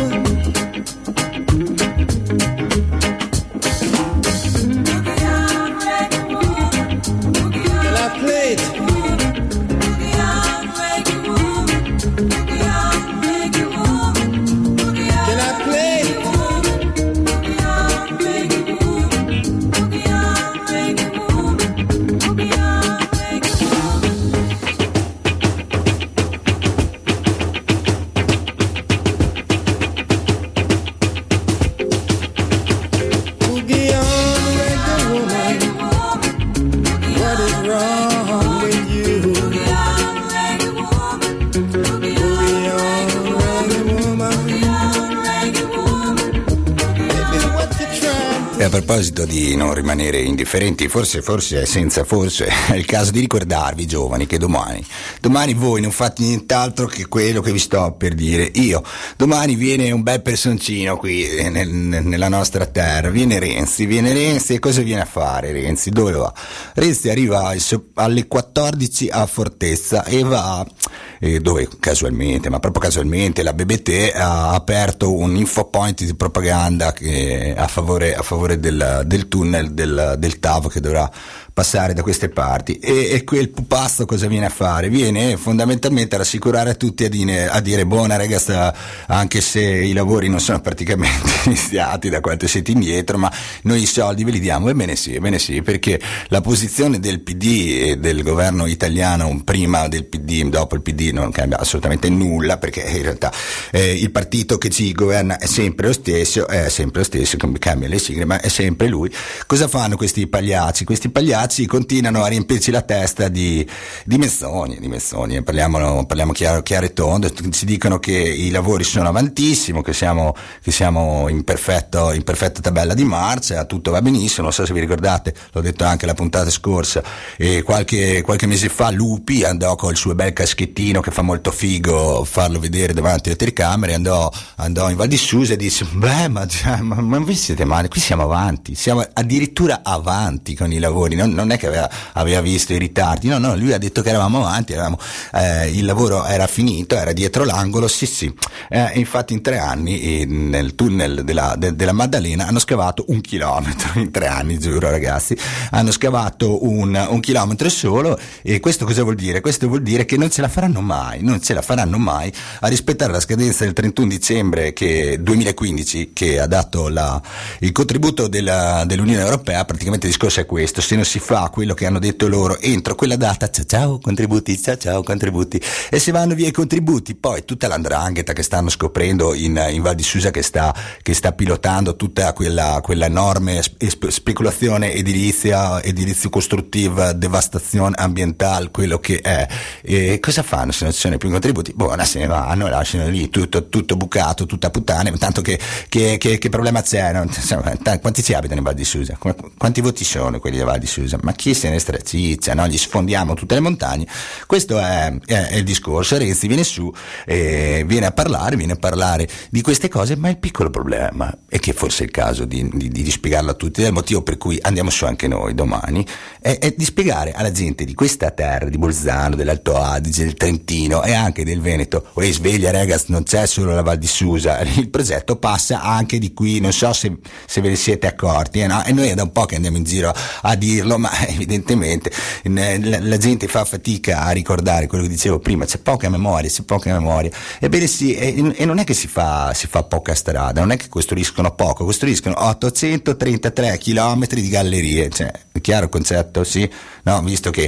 A proposito di non rimanere indifferenti, forse, forse, senza forse, è il caso di ricordarvi, giovani, che domani, domani voi non fate nient'altro che quello che vi sto per dire io. Domani viene un bel personcino qui nel, nella nostra terra, viene Renzi, viene Renzi e cosa viene a fare Renzi? Dove va? Renzi arriva alle quattordici a Fortezza e va, eh, dove casualmente, ma proprio casualmente, la B B T ha aperto un infopoint di propaganda che, a favore, a favore del, del tunnel del, del T A V che dovrà passare da queste parti, e, e quel pupazzo cosa viene a fare? Viene fondamentalmente a rassicurare a tutti, a dire, a dire buona ragazzi, anche se i lavori non sono praticamente iniziati da quanto siete indietro, ma noi i soldi ve li diamo. Ebbene sì, ebbene sì, perché la posizione del P D e del governo italiano prima del P D, dopo il P D non cambia assolutamente nulla, perché in realtà eh, il partito che ci governa è sempre lo stesso, è sempre lo stesso, cambia le sigle, ma è sempre lui. Cosa fanno questi pagliacci? Questi pagliacci continuano a riempirci la testa di, di menzogne, di menzogne. Parliamo, parliamo chiaro, chiaro e tondo. Ci dicono che i lavori sono avantissimo, che siamo, che siamo in perfetto, in perfetta tabella di marcia, tutto va benissimo. Non so se vi ricordate, l'ho detto anche la puntata scorsa, e qualche, qualche mese fa Lupi andò col suo bel caschettino che fa molto figo farlo vedere davanti alle telecamere, andò, andò in Val di Susa e disse beh ma, ma, ma voi siete male, qui siamo avanti, siamo addirittura avanti con i lavori. Non, non è che aveva, aveva visto i ritardi, no, no, lui ha detto che eravamo avanti, eravamo, eh, il lavoro era finito, era dietro l'angolo, sì, sì. Eh, infatti in tre anni eh, nel tunnel della, de, della Maddalena hanno scavato un chilometro, in tre anni, giuro ragazzi, hanno scavato un, un chilometro solo, e questo cosa vuol dire? Questo vuol dire che non ce la faranno mai, non ce la faranno mai a rispettare la scadenza del trentuno dicembre che, duemilaquindici, che ha dato la, il contributo della, dell'Unione Europea. Praticamente il discorso è questo: se non si fa quello che hanno detto loro entro quella data, ciao ciao contributi, ciao ciao contributi, e se vanno via i contributi, poi tutta l'andrangheta che stanno scoprendo in, in Val di Susa, che sta, che sta pilotando tutta quella, quella enorme sp- speculazione edilizia, edilizio costruttiva, devastazione ambientale, quello che è. E cosa fanno se non ci sono più contributi? Buona, se ne vanno, lasciano lì tutto, tutto bucato, tutta puttane, tanto che, che, che, che problema c'è? No? Quanti ci abitano in Val di Susa? Quanti voti sono quelli di Val di Susa? Ma chi se ne straciccia, no? Gli sfondiamo tutte le montagne. Questo è, è, è il discorso. Renzi viene su, eh, viene a parlare, viene a parlare di queste cose, ma il piccolo problema è che forse è il caso di, di, di spiegarlo a tutti, il motivo per cui andiamo su anche noi domani, è, è di spiegare alla gente di questa terra, di Bolzano, dell'Alto Adige, del Trentino e anche del Veneto: uè, sveglia ragazzi, non c'è solo la Val di Susa, il progetto passa anche di qui, non so se, se ve ne siete accorti, eh, no? E noi è da un po' che andiamo in giro a dirlo, ma evidentemente la, la gente fa fatica a ricordare quello che dicevo prima, c'è poca memoria, c'è poca memoria. Ebbene sì, e, e non è che si fa, si fa poca strada, non è che costruiscono poco, costruiscono ottocentotrentatré chilometri di gallerie, cioè, è chiaro il concetto? Sì? No, visto che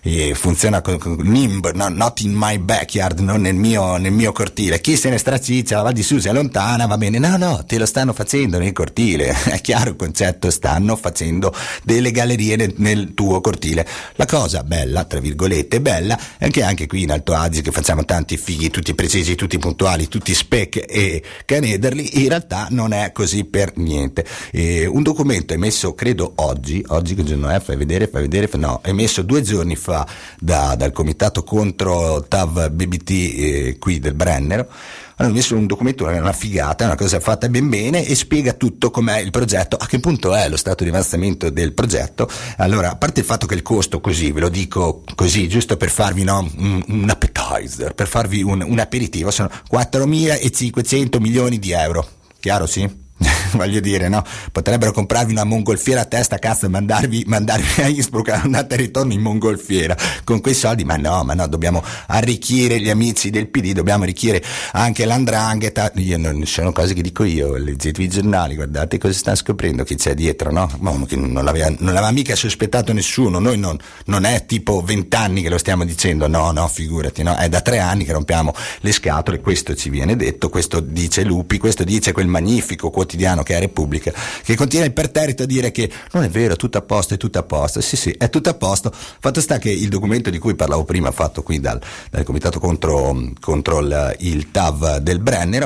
e funziona con, con N I M B, no, not in my backyard, non nel mio, nel mio cortile. Chi se ne straciccia, la Val di Susa è lontana, va bene, no no, te lo stanno facendo nel cortile, è chiaro il concetto, stanno facendo delle gallerie nel, nel tuo cortile. La cosa bella, tra virgolette, bella, è che anche qui in Alto Adige, che facciamo tanti fighi, tutti precisi, tutti puntuali, tutti spec e canederli, in realtà non è così per niente. E un documento emesso, credo oggi, oggi che giorno è? Fai vedere, fai vedere, no, emesso due giorni fa da, dal comitato contro T A V B B T eh, qui del Brennero. Hanno messo un documento, una figata, una cosa fatta ben bene e spiega tutto com'è il progetto, a che punto è lo stato di avanzamento del progetto. Allora, a parte il fatto che il costo, così ve lo dico così, giusto per farvi no, un, un appetizer, per farvi un, un aperitivo, sono quattromilacinquecento milioni di euro, chiaro sì? Voglio dire, no? Potrebbero comprarvi una mongolfiera a testa, cazzo, e mandarvi, mandarvi a Innsbruck, andate e ritorno in mongolfiera con quei soldi, ma no, ma no, dobbiamo arricchire gli amici del P D, dobbiamo arricchire anche l'andrangheta. Io non sono cose che dico io, leggetevi i giornali, guardate cosa sta scoprendo, chi c'è dietro, no? Ma che non l'aveva, non l'aveva mica sospettato nessuno, noi non, non è tipo vent'anni che lo stiamo dicendo, no, no, figurati, no? È da tre anni che rompiamo le scatole, questo ci viene detto, questo dice Lupi, questo dice quel magnifico quotidiano che è Repubblica, che continua imperterrito a dire che non è vero, tutto a posto, è tutto a posto. Sì sì, è tutto a posto. Fatto sta che il documento di cui parlavo prima, fatto qui dal, dal comitato contro, contro il, il T A V del Brennero,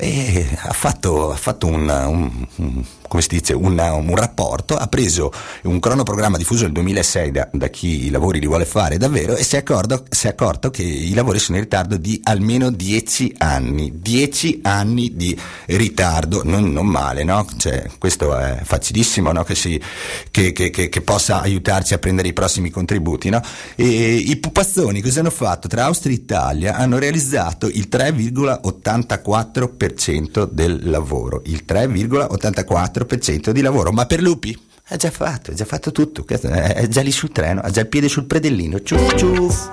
e ha fatto, ha fatto un, un, un come si dice, un, un rapporto, ha preso un cronoprogramma diffuso nel duemilasei da, da chi i lavori li vuole fare davvero, e si è accorto, si è accorto che i lavori sono in ritardo di almeno dieci anni, dieci anni di ritardo, non, non male, no? Cioè, questo è facilissimo, no? Che, si, che, che, che, che possa aiutarci a prendere i prossimi contributi, no? E i pupazzoni cosa hanno fatto? Tra Austria e Italia hanno realizzato il tre virgola ottantaquattro per cento del lavoro, il tre virgola ottantaquattro per cento di lavoro, ma per Lupi è già fatto, è già fatto tutto, è già lì sul treno, ha già il piede sul predellino, ciuff ciuff.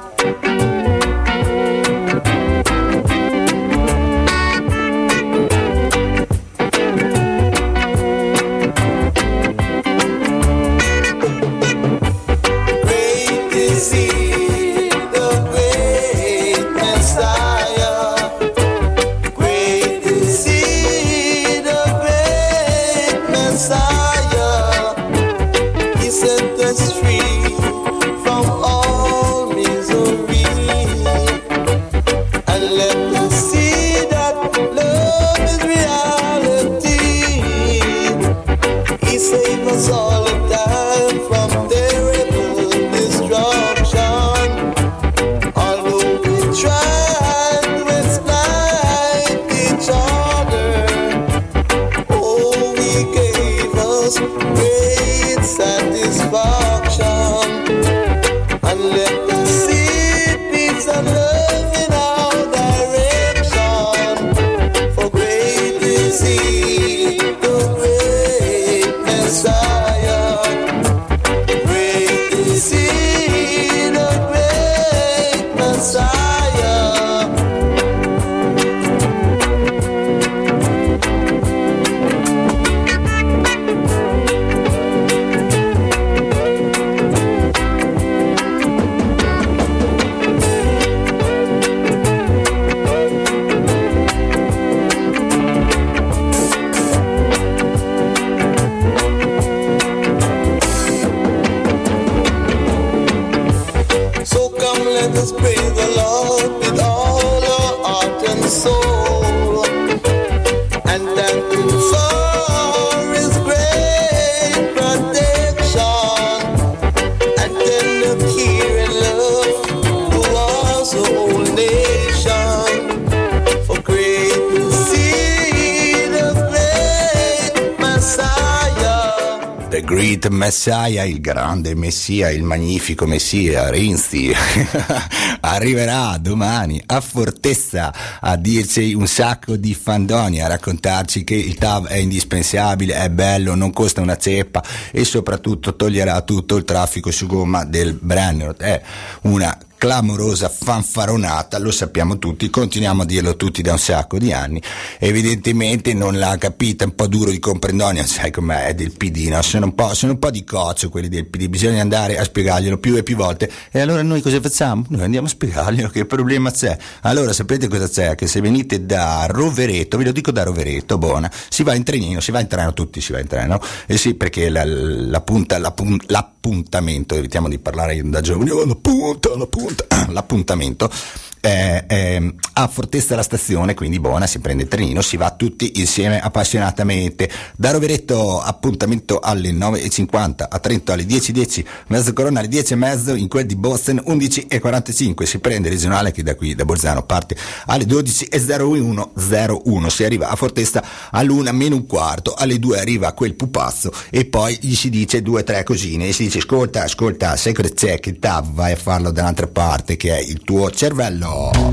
Messiah, il grande Messia, il magnifico Messia, Renzi arriverà domani a Fortezza a dirci un sacco di fandoni, a raccontarci che il T A V è indispensabile, è bello, non costa una ceppa e soprattutto toglierà tutto il traffico su gomma del Brennero. È una clamorosa fanfaronata, lo sappiamo tutti, continuiamo a dirlo tutti da un sacco di anni. Evidentemente non l'ha capita, un po' duro di comprendonio, sai com'è, è del P D, no? sono, un po', sono un po' di coccio quelli del P D, bisogna andare a spiegarglielo più e più volte. E allora noi cosa facciamo? Noi andiamo a spiegarglielo, che problema c'è? Allora sapete cosa c'è? Che se venite da Rovereto, ve lo dico da Rovereto, buona, si va in trenino, si va in treno, tutti si va in treno, e sì, perché la, la punta, la, l'appuntamento, evitiamo di parlare da giovani, oh, la punta, la punta, l'appuntamento è, è a Fortezza la stazione, quindi buona, si prende il trenino, si va tutti insieme appassionatamente. Da Rovereto appuntamento alle nove e cinquanta, a Trento alle dieci e dieci, mezzo Corona alle dieci e mezzo, in quel di Boston undici e quarantacinque, si prende il regionale che da qui da Bolzano parte alle dodici e zero uno zero uno, si arriva a Fortezza all'una meno un quarto, alle due arriva quel pupazzo e poi gli si dice due o tre cosine e si dice ascolta, ascolta, sai cosa c'è, che T A V vai a farlo dall'altra parte che è il tuo cervello.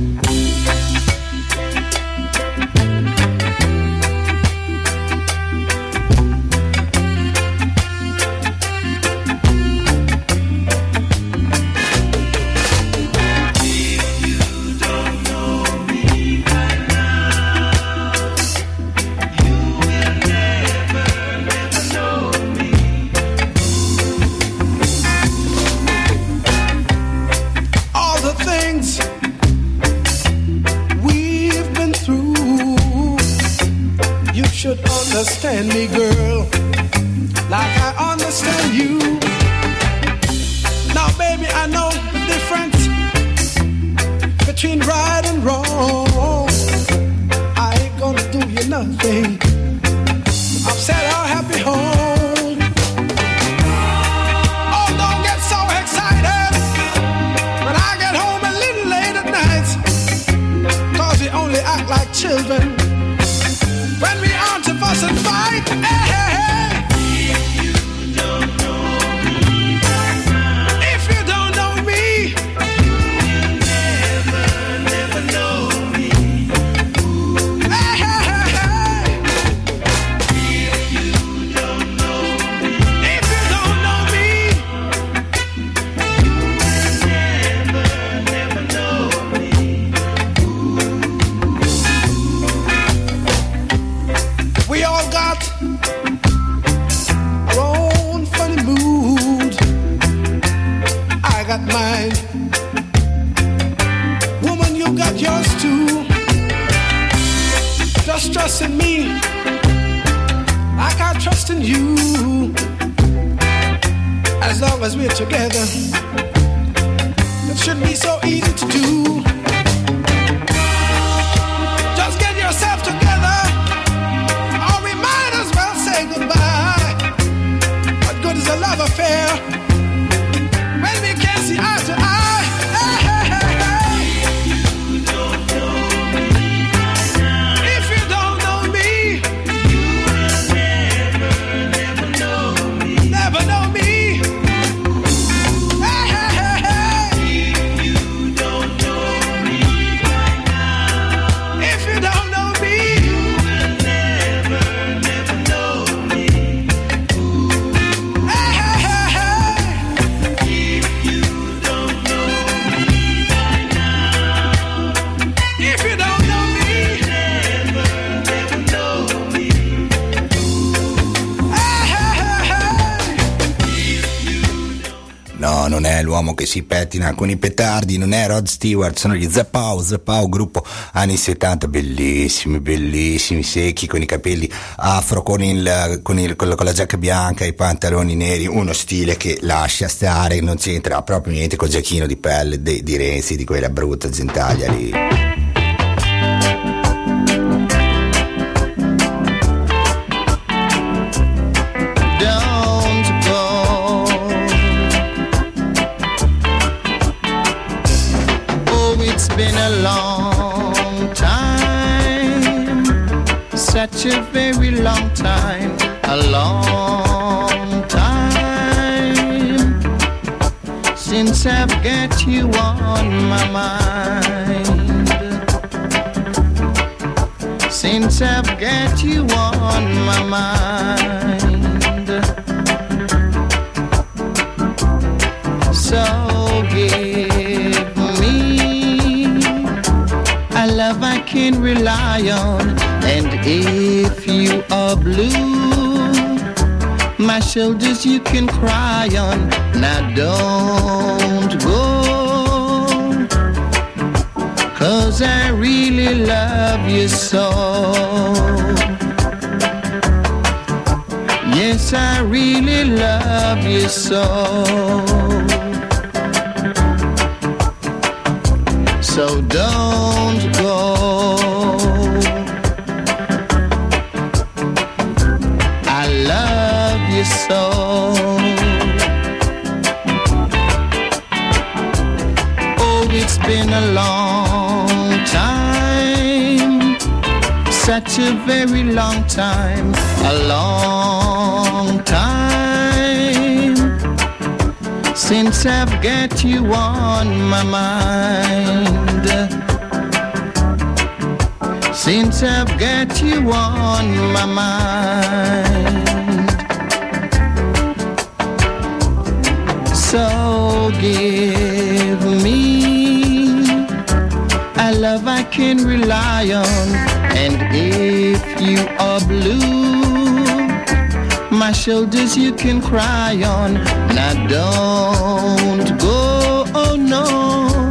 Understand me, girl, like I understand you. Now, baby, I know the difference between right and wrong. I ain't gonna do you nothing upset our happy home. Oh, don't get so excited when I get home a little late at night, 'cause we only act like children when we aren't to fuss and fight. Hey, hey, hey. If you don't know me, if you don't know me, you'll never, never know me. Hey, hey, hey, hey. If you don't know me, if you don't know me, you'll never, never know me. We all got our own funny mood. I got mine. Woman, you got yours too. Just trust in me like I trust in you. As long as we're together, it should be so easy to do. Just get yourself together, goodbye. What good is a love affair when we can't see eye to eye? Hey, hey, hey, hey. If you don't know me, if you don't know me, you will never, never know me. Never know me. Hey, hey, hey, hey. If you don't know me right now, if you don't know me, you will never, never know me. No, non è l'uomo che si pettina con i petardi, non è Rod Stewart, sono gli Zappao, Zappao, gruppo anni settanta, bellissimi, bellissimi, secchi, con i capelli afro, con, il, con, il, con, la, con la giacca bianca, i pantaloni neri, uno stile che lascia stare, non c'entra proprio niente col giacchino di pelle di, di Renzi, di quella brutta gentaglia lì. Been a long time, such a very long time, a long time since I've got you on my mind. Since I've got you on my mind. So give me a love I can rely on. And if you are blue, my shoulders you can cry on. Now don't go, 'cause I really love you so. Yes, I really love you so. So don't go. I love you so. Oh, it's been a long time, such a very long time, a long time, since I've got you on my mind. Since I've got you on my mind. So give me a love I can rely on. And if you are blue, my shoulders you can cry on. Now don't go, oh no,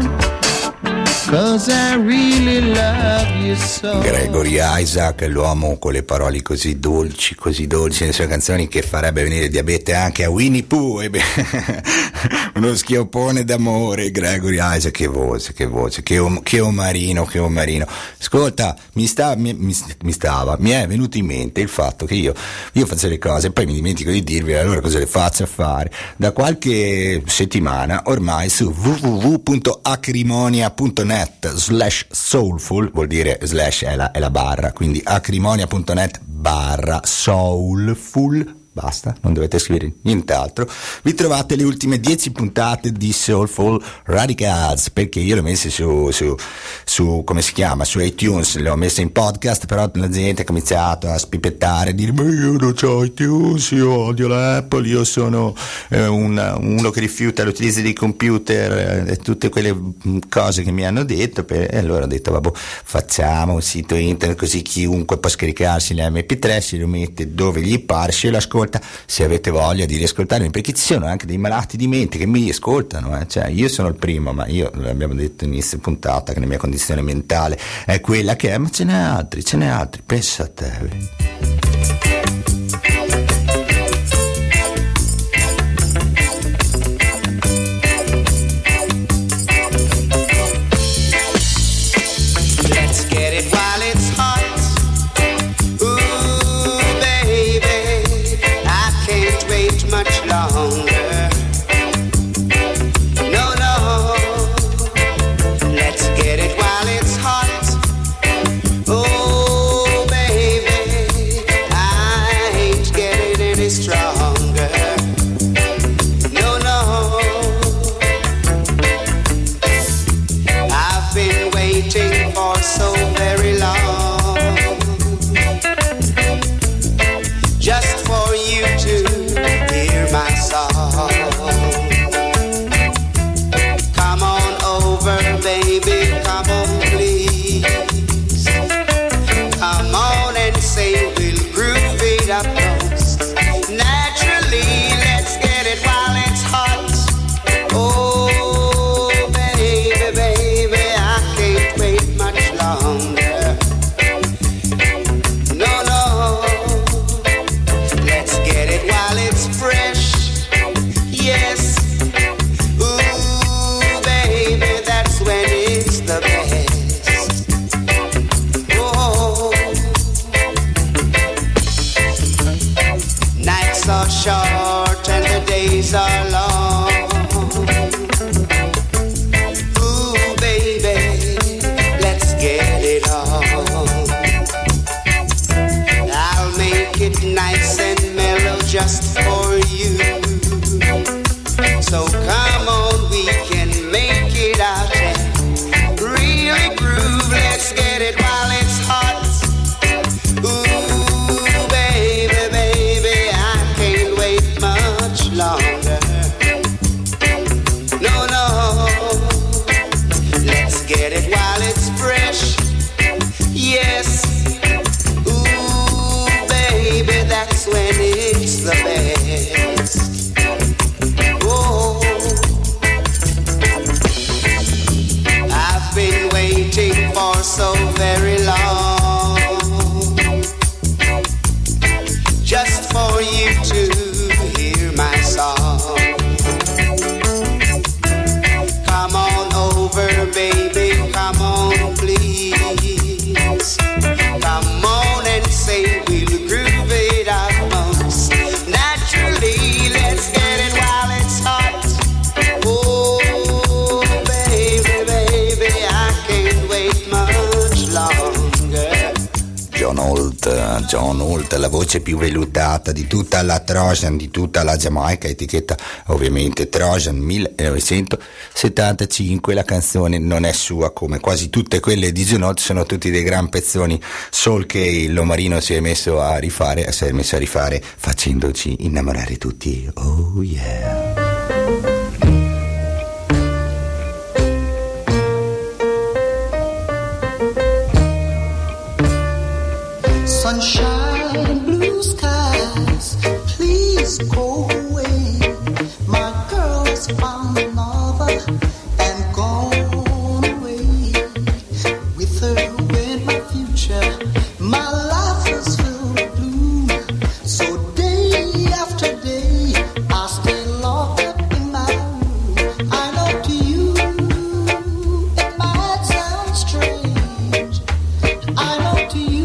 'cause I really love you so. Gregory Isaac, l'uomo con le parole così dolci, così dolci nelle sue canzoni, che farebbe venire il diabete anche a Winnie Pooh. E beh, uno schioppone d'amore, Gregory Isaac, che voce, che voce, che, om- che omarino, che omarino. Ascolta, mi, sta, mi, mi, mi stava, mi è venuto in mente il fatto che io, io faccio le cose e poi mi dimentico di dirvi allora cosa le faccio a fare. Da qualche settimana ormai su w w w punto acrimonia punto net slash soulful, vuol dire slash è la, è la barra, quindi acrimonia punto net barra soulful, basta, non dovete scrivere nient'altro. Vi trovate le ultime dieci puntate di Soulful Radicals, perché io le ho messe su, su, su come si chiama, su iTunes, le ho messe in podcast, però la gente ha cominciato a spipettare, a dire ma io non c'ho iTunes, io odio l'Apple, io sono eh, un, uno che rifiuta l'utilizzo dei computer eh, e tutte quelle cose che mi hanno detto, per, e allora ho detto vabbè, facciamo un sito internet così chiunque può scaricarsi l'emme pi tre, si lo mette dove gli pare, se lo ascolta, se avete voglia di riascoltarmi, perché ci sono anche dei malati di mente che mi ascoltano, eh? Cioè io sono il primo, ma io l'abbiamo detto inizio puntata che la mia condizione mentale è quella che è, ma ce n'è altri, ce n'è altri, pensa a te. Oh, baby, I get it while it's fresh. Yes, ooh, baby, that's when it's the best. Oh, I've been waiting for so very long, just for you to hear my song. Come on over, baby, come on, please. Come on and say we'll groove it out most naturally. Let's get it while it's hot. Oh, baby, baby, I can't wait much longer. John Holt, John Holt, la voce più vellutata di tutta la Trojan, di tutta la Giamaica, etichetta ovviamente Trojan millenovecentosettantacinque. La canzone non è sua, come quasi tutte quelle di John Holt, sono tutti dei gran pezzoni soul che il Lomarino si è messo a rifare, si è messo a rifare facendoci innamorare tutti. Oh yeah. Sunshine, blue skies, please go away. My girl's found another and gone away. With her went my future, my life is filled with gloom. So day after day, I stay locked up in my room. I know to you, it might sound strange. I know to you,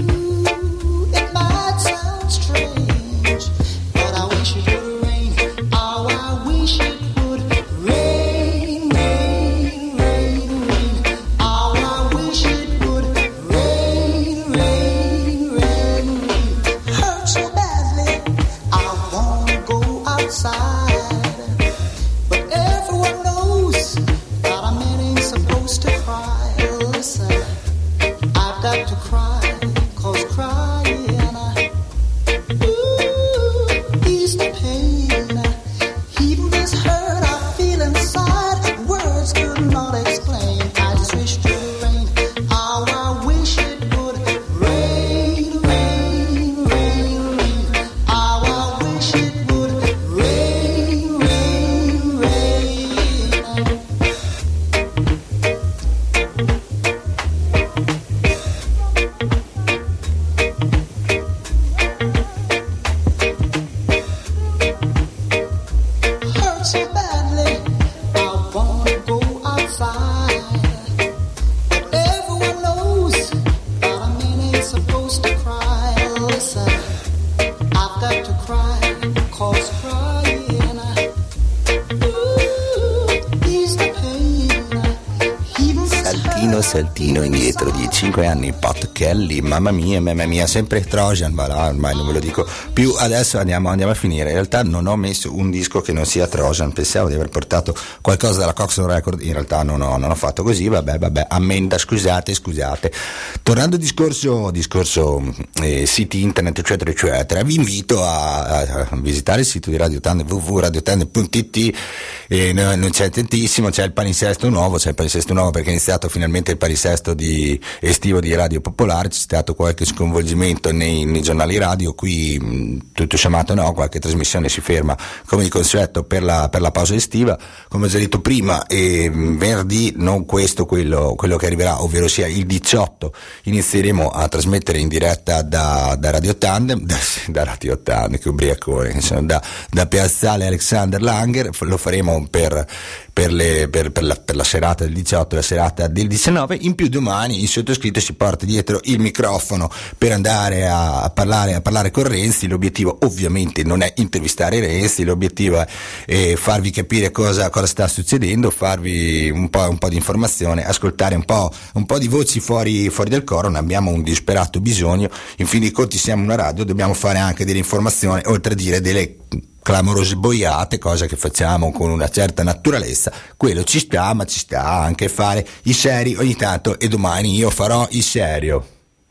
saltino indietro di cinque anni, Pat Kelly, mamma mia, mamma mia, sempre Trojan, ma là, ormai non ve lo dico più. Adesso andiamo, andiamo a finire. In realtà non ho messo un disco che non sia Trojan, pensavo di aver portato qualcosa dalla Coxsone Record, in realtà non ho, non ho fatto così, vabbè, vabbè, ammenda, scusate, scusate. Tornando al discorso, discorso eh, siti internet, eccetera, eccetera, vi invito a, a, a visitare il sito di Radio Tandem, w w w punto radio tandem punto i t. E no, non c'è tantissimo, c'è il palinsesto nuovo, c'è il palinsesto nuovo perché è iniziato finalmente il palinsesto di, estivo di Radio Popolare. C'è stato qualche sconvolgimento nei, nei giornali radio, qui mh, tutto sommato no, qualche trasmissione si ferma come di consueto per la, per la pausa estiva, come ho già detto prima. E mh, venerdì, non questo, quello, quello che arriverà, ovvero sia il diciotto, inizieremo a trasmettere in diretta da, da Radio Tandem, da, da Radio Tandem, che ubriacone, insomma, da, da Piazzale Alexander Langer. Lo faremo per, per, le, per, per, la, per la serata del diciotto e la serata del diciannove. In più domani il sottoscritto si porta dietro il microfono per andare a, a parlare a parlare con Renzi. L'obiettivo ovviamente non è intervistare Renzi, l'obiettivo è, è farvi capire cosa, cosa sta succedendo, farvi un po', un po' di informazione, ascoltare un po', un po' di voci fuori, fuori del coro. Ne abbiamo un disperato bisogno. In fin dei conti siamo una radio, dobbiamo fare anche delle informazioni, oltre a dire delle clamorose boiate, cosa che facciamo con una certa naturalezza. Quello ci sta, ma ci sta anche fare i seri ogni tanto, e domani io farò il serio.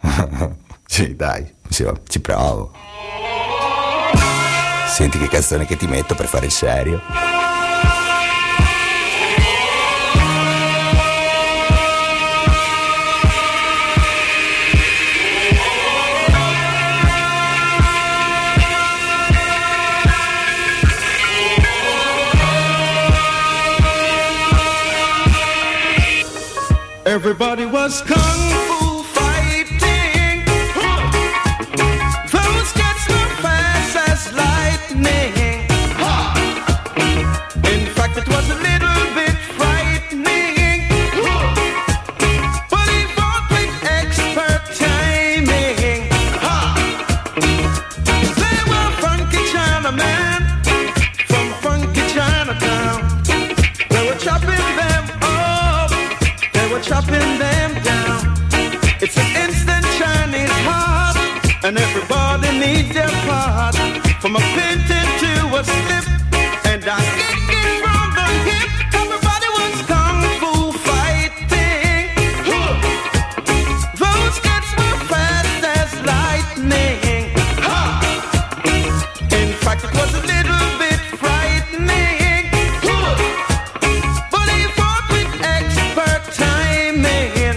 Sì, dai, sì, ci provo. Senti che canzone che ti metto per fare il serio. Everybody was kung fu fighting. Those cats were fast as lightning. In fact, it was a little bit frightening. But he fought with expert timing. They were funky Chinamen from funky Chinatown. They were chopping them up. They were chopping them down. It's an instant Chinese heart, and everybody needs their part. From a painting to a slip, and I kick it from the hip. Everybody was kung fu fighting. Those kids were fast as lightning. In fact, it was a little bit frightening. But he fought with expert timing.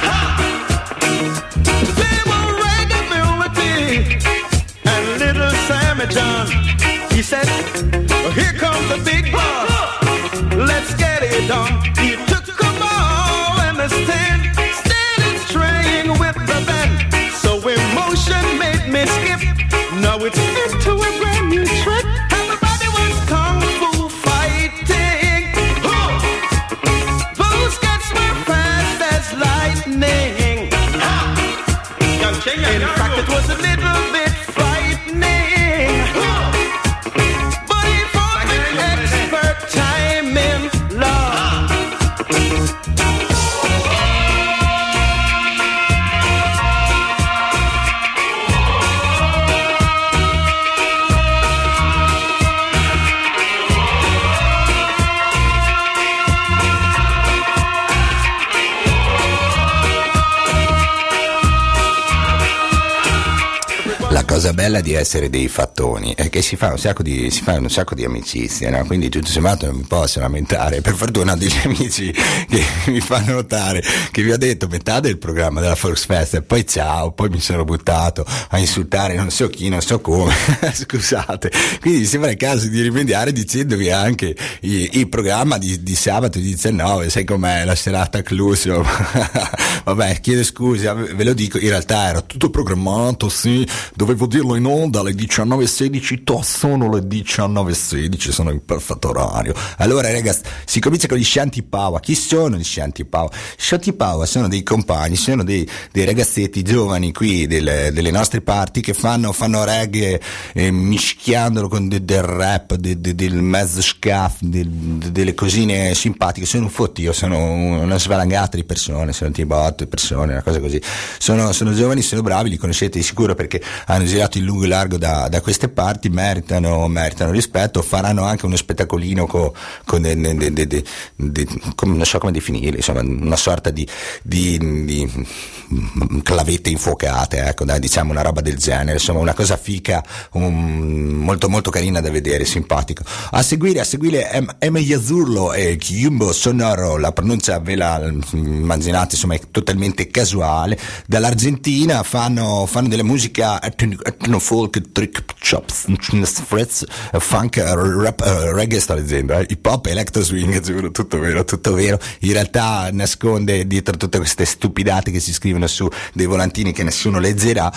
They were regability and little Sammy John. He said, here comes the big boss. Let's get it done. He took a ball and a stand, started straying with the band. So emotion made me skip. Now it's into a brand new trick. Everybody was kung fu fighting. Those cats were fast as lightning. In fact, it was a little bit frightening. But he fought with expert timing, love. La cosa bella di essere dei fattoni è che si fa un sacco di, si fa un sacco di amicizie, no? Quindi tutto sommato non mi posso lamentare. Per fortuna ho degli amici che mi fanno notare che vi ho detto metà del programma della Volksfest e poi ciao, poi mi sono buttato a insultare non so chi, non so come. Scusate, quindi mi sembra il caso di rimediare dicendovi anche il, il programma di, di sabato diciannove, sai com'è la serata Clusio. Vabbè, chiedo scusa, ve lo dico, in realtà era tutto programmato, sì, dovevo dirlo in onda alle diciannove e sedici, to sono le diciannove e sedici, sono in perfetto orario. Allora ragazzi, si comincia con gli Shanti Power. Chi sono gli Shanti Power? Shanti Power sono dei compagni, sono dei, dei ragazzetti giovani qui delle, delle nostre parti che fanno, fanno reggae eh, mischiandolo con de, del rap, de, de, del mezzo scaf, de, de, delle cosine simpatiche. Sono un fottio, sono una svalangata di persone, sono tipo otto persone, una cosa così. Sono, sono giovani, sono bravi, li conoscete di sicuro perché hanno girato in lungo e largo da, da queste parti, meritano, meritano rispetto, faranno anche uno spettacolino con, con de, de, de, de, de, come, non so come definire, insomma una sorta di, di, di clavette infuocate, ecco, dai, diciamo una roba del genere, insomma una cosa fica, un, molto molto carina da vedere, simpatico. A seguire, a seguire M. Yazurlo e Chiumbo Sonoro, la pronuncia ve la immaginate, insomma è totalmente casuale. Dall'Argentina fanno, fanno della musica etno folk, trick chops, fretz, funk, rap, uh, reggae sto leggendo, eh, hip hop, electro swing, giuro, tutto vero, tutto vero. In realtà nasconde dietro tutte queste stupidate che si scrivono su dei volantini che nessuno leggerà,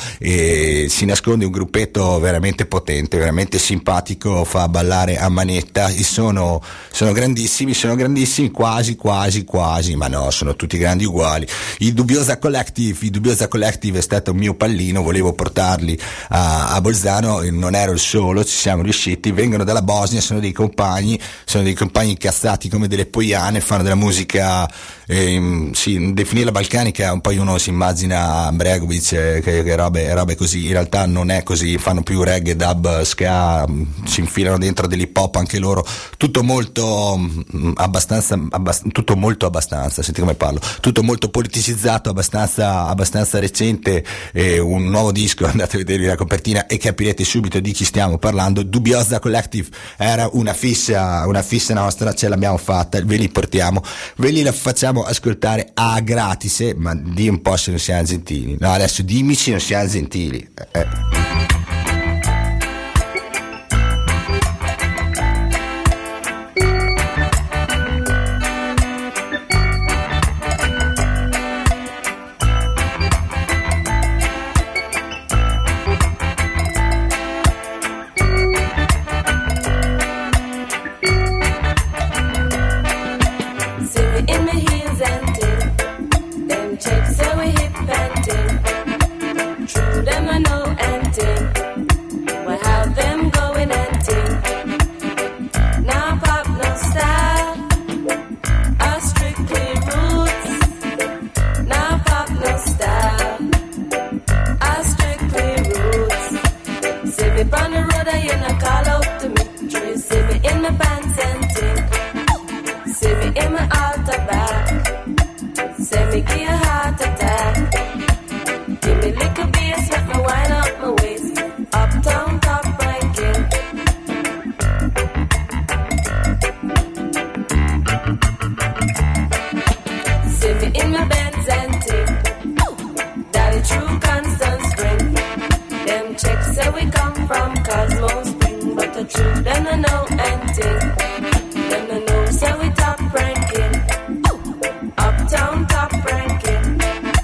e si nasconde un gruppetto veramente potente, veramente simpatico, fa ballare a manetta. E sono, sono grandissimi, sono grandissimi, quasi, quasi, quasi, ma no, sono tutti grandi uguali. I Dubbiosa Collective, i Dubbiosa Collective è stato un mio pallino, volevo portarli a, a Bolzano, non ero il solo, ci siamo riusciti. Vengono dalla Bosnia, sono dei compagni, sono dei compagni incazzati come delle poiane, fanno della musica, eh, sì, definirla balcanica, un po' uno si immagina Bregovic, eh, che, che robe, robe così, in realtà non è così, fanno più reggae, dub, ska, si infilano dentro dell'hip hop anche loro, tutto molto mh, abbastanza, abbast- tutto molto abbastanza, senti come parlo, tutto molto politicizzato, abbastanza, abbastanza recente, eh, un nuovo disco, andate a vedervi la copertina e capirete subito di chi stiamo parlando. Dubbiosa Collective era una fissa, una fissa nostra, ce l'abbiamo fatta, ve li portiamo, ve li la facciamo ascoltare a gratis, ma di un po' se non siamo gentili, no adesso dimmi se non siamo gentili, eh. me give you a heart attack. Give me little bass, let me wind up my waist. Uptown top ranking. See me in my Benz and ting. Daddy true constant spring. Them checks say we come from Cosmo Spring, but the truth them I know and ting. Them I know say we top ranking. Uptown top ranking.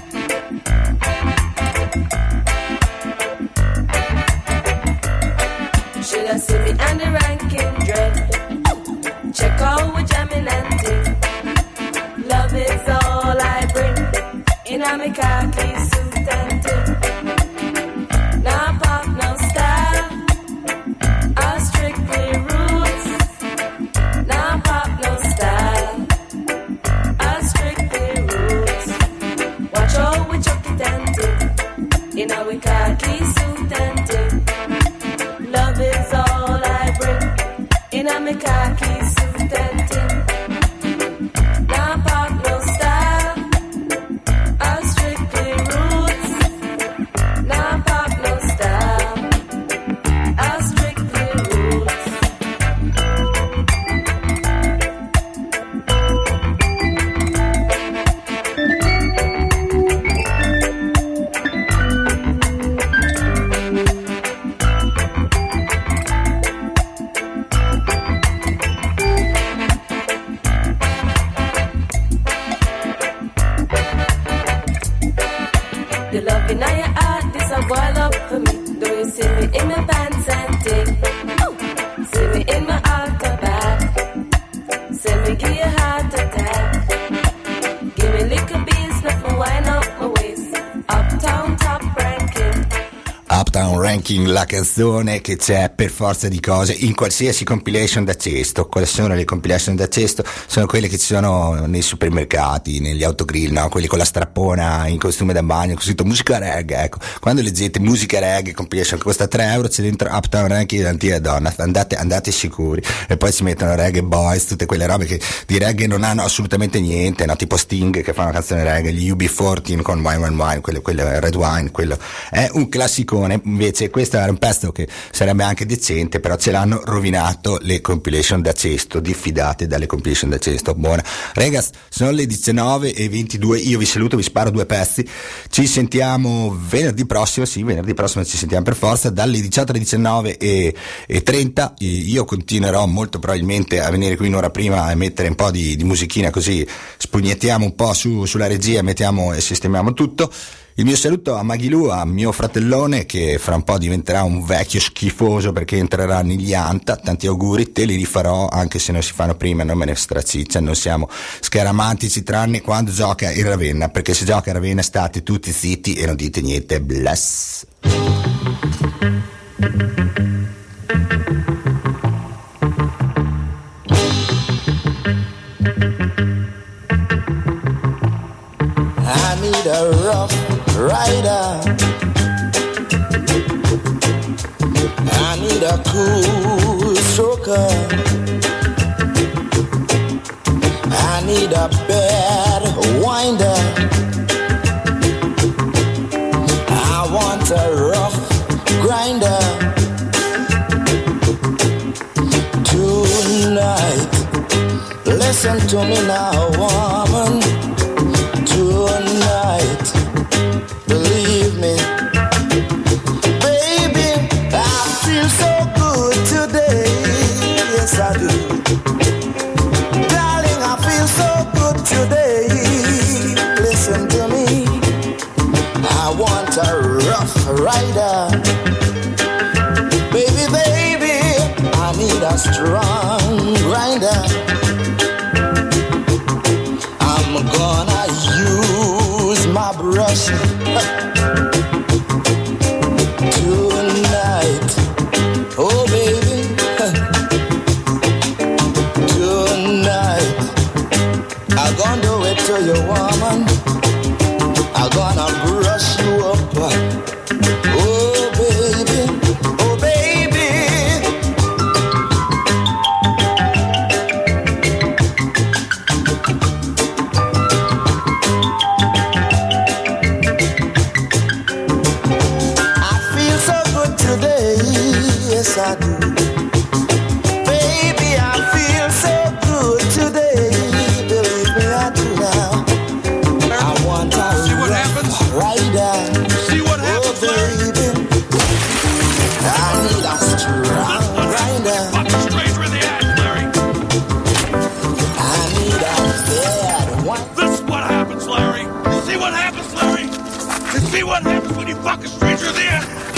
Should I see me and the ranking dread? Check out with jamming and ting. Love is all I bring. In a me khaki suit and ting. Now pop, no style. I strictly roots. Now pop, no style. I strictly roots. Watch out with chuck it and ting. In a we khaki suit and ting. Love is all I bring. In a me khaki suit and ting. Now pop, no style. I strictly roots. Now pop, no style. I strictly roots. The love in your heart, this a boil up for me. Do you see me in my pants and ting? Ooh. See me in my altar bag. See me give you a heart attack. Give me little beats, let me wind up my waist. Uptown top ranking. Uptown Ranking, la canzone che c'è per forza di cose in qualsiasi compilation da cesto. Quali sono le compilation da cesto? Sono quelle che ci sono nei supermercati, negli autogrill, no? Quelli con la strappona in costume da bagno, con scritto musica reggae. Ecco, quando leggete musica reggae compilation che costa tre euro, c'è dentro Uptown Ranking d'antica donna, andate, andate sicuri. E poi ci mettono Reggae Boys, tutte quelle robe che di reggae non hanno assolutamente niente, no? Tipo Sting che fa una canzone reggae, gli U B quattordici con Wine Wine Wine, quello, quello Red Wine, quello è un classicone. Invece questo era un pezzo che sarebbe anche decente, però ce l'hanno rovinato le compilation da cesto. Diffidate dalle compilation da cesto. Buona ragazzi, sono le diciannove e ventidue, io vi saluto, vi sparo due pezzi, ci sentiamo venerdì prossimo. Sì, venerdì prossimo ci sentiamo per forza dalle diciotto alle diciannove e trenta. Io continuerò molto probabilmente a venire qui un'ora prima e mettere un po' di, di musichina, così spugnettiamo un po' su, sulla regia, mettiamo e sistemiamo tutto. Il mio saluto a Maghilu, a mio fratellone che fra un po' diventerà un vecchio schifoso perché entrerà negli Anta. Tanti auguri, te li rifarò anche se non si fanno prima, non me ne straciccia, non siamo scaramantici tranne quando gioca il Ravenna, perché se gioca il Ravenna state tutti zitti e non dite niente. Bless. I need a rough rider. I need a cool stroker. I need a bad winder. I want a rough grinder. Tonight, listen to me now, woman. Tonight, believe me, baby, I feel so good today. Yes, I do. Darling, I feel so good today. Listen to me. I want a rough rider. Baby, baby, I need a strong grinder. I'm gonna use my brush tonight. Oh baby, tonight I'm gonna do it to you, woman. I'm gonna brush you up. Oh baby, oh baby. see what happens when you fuck a stranger there.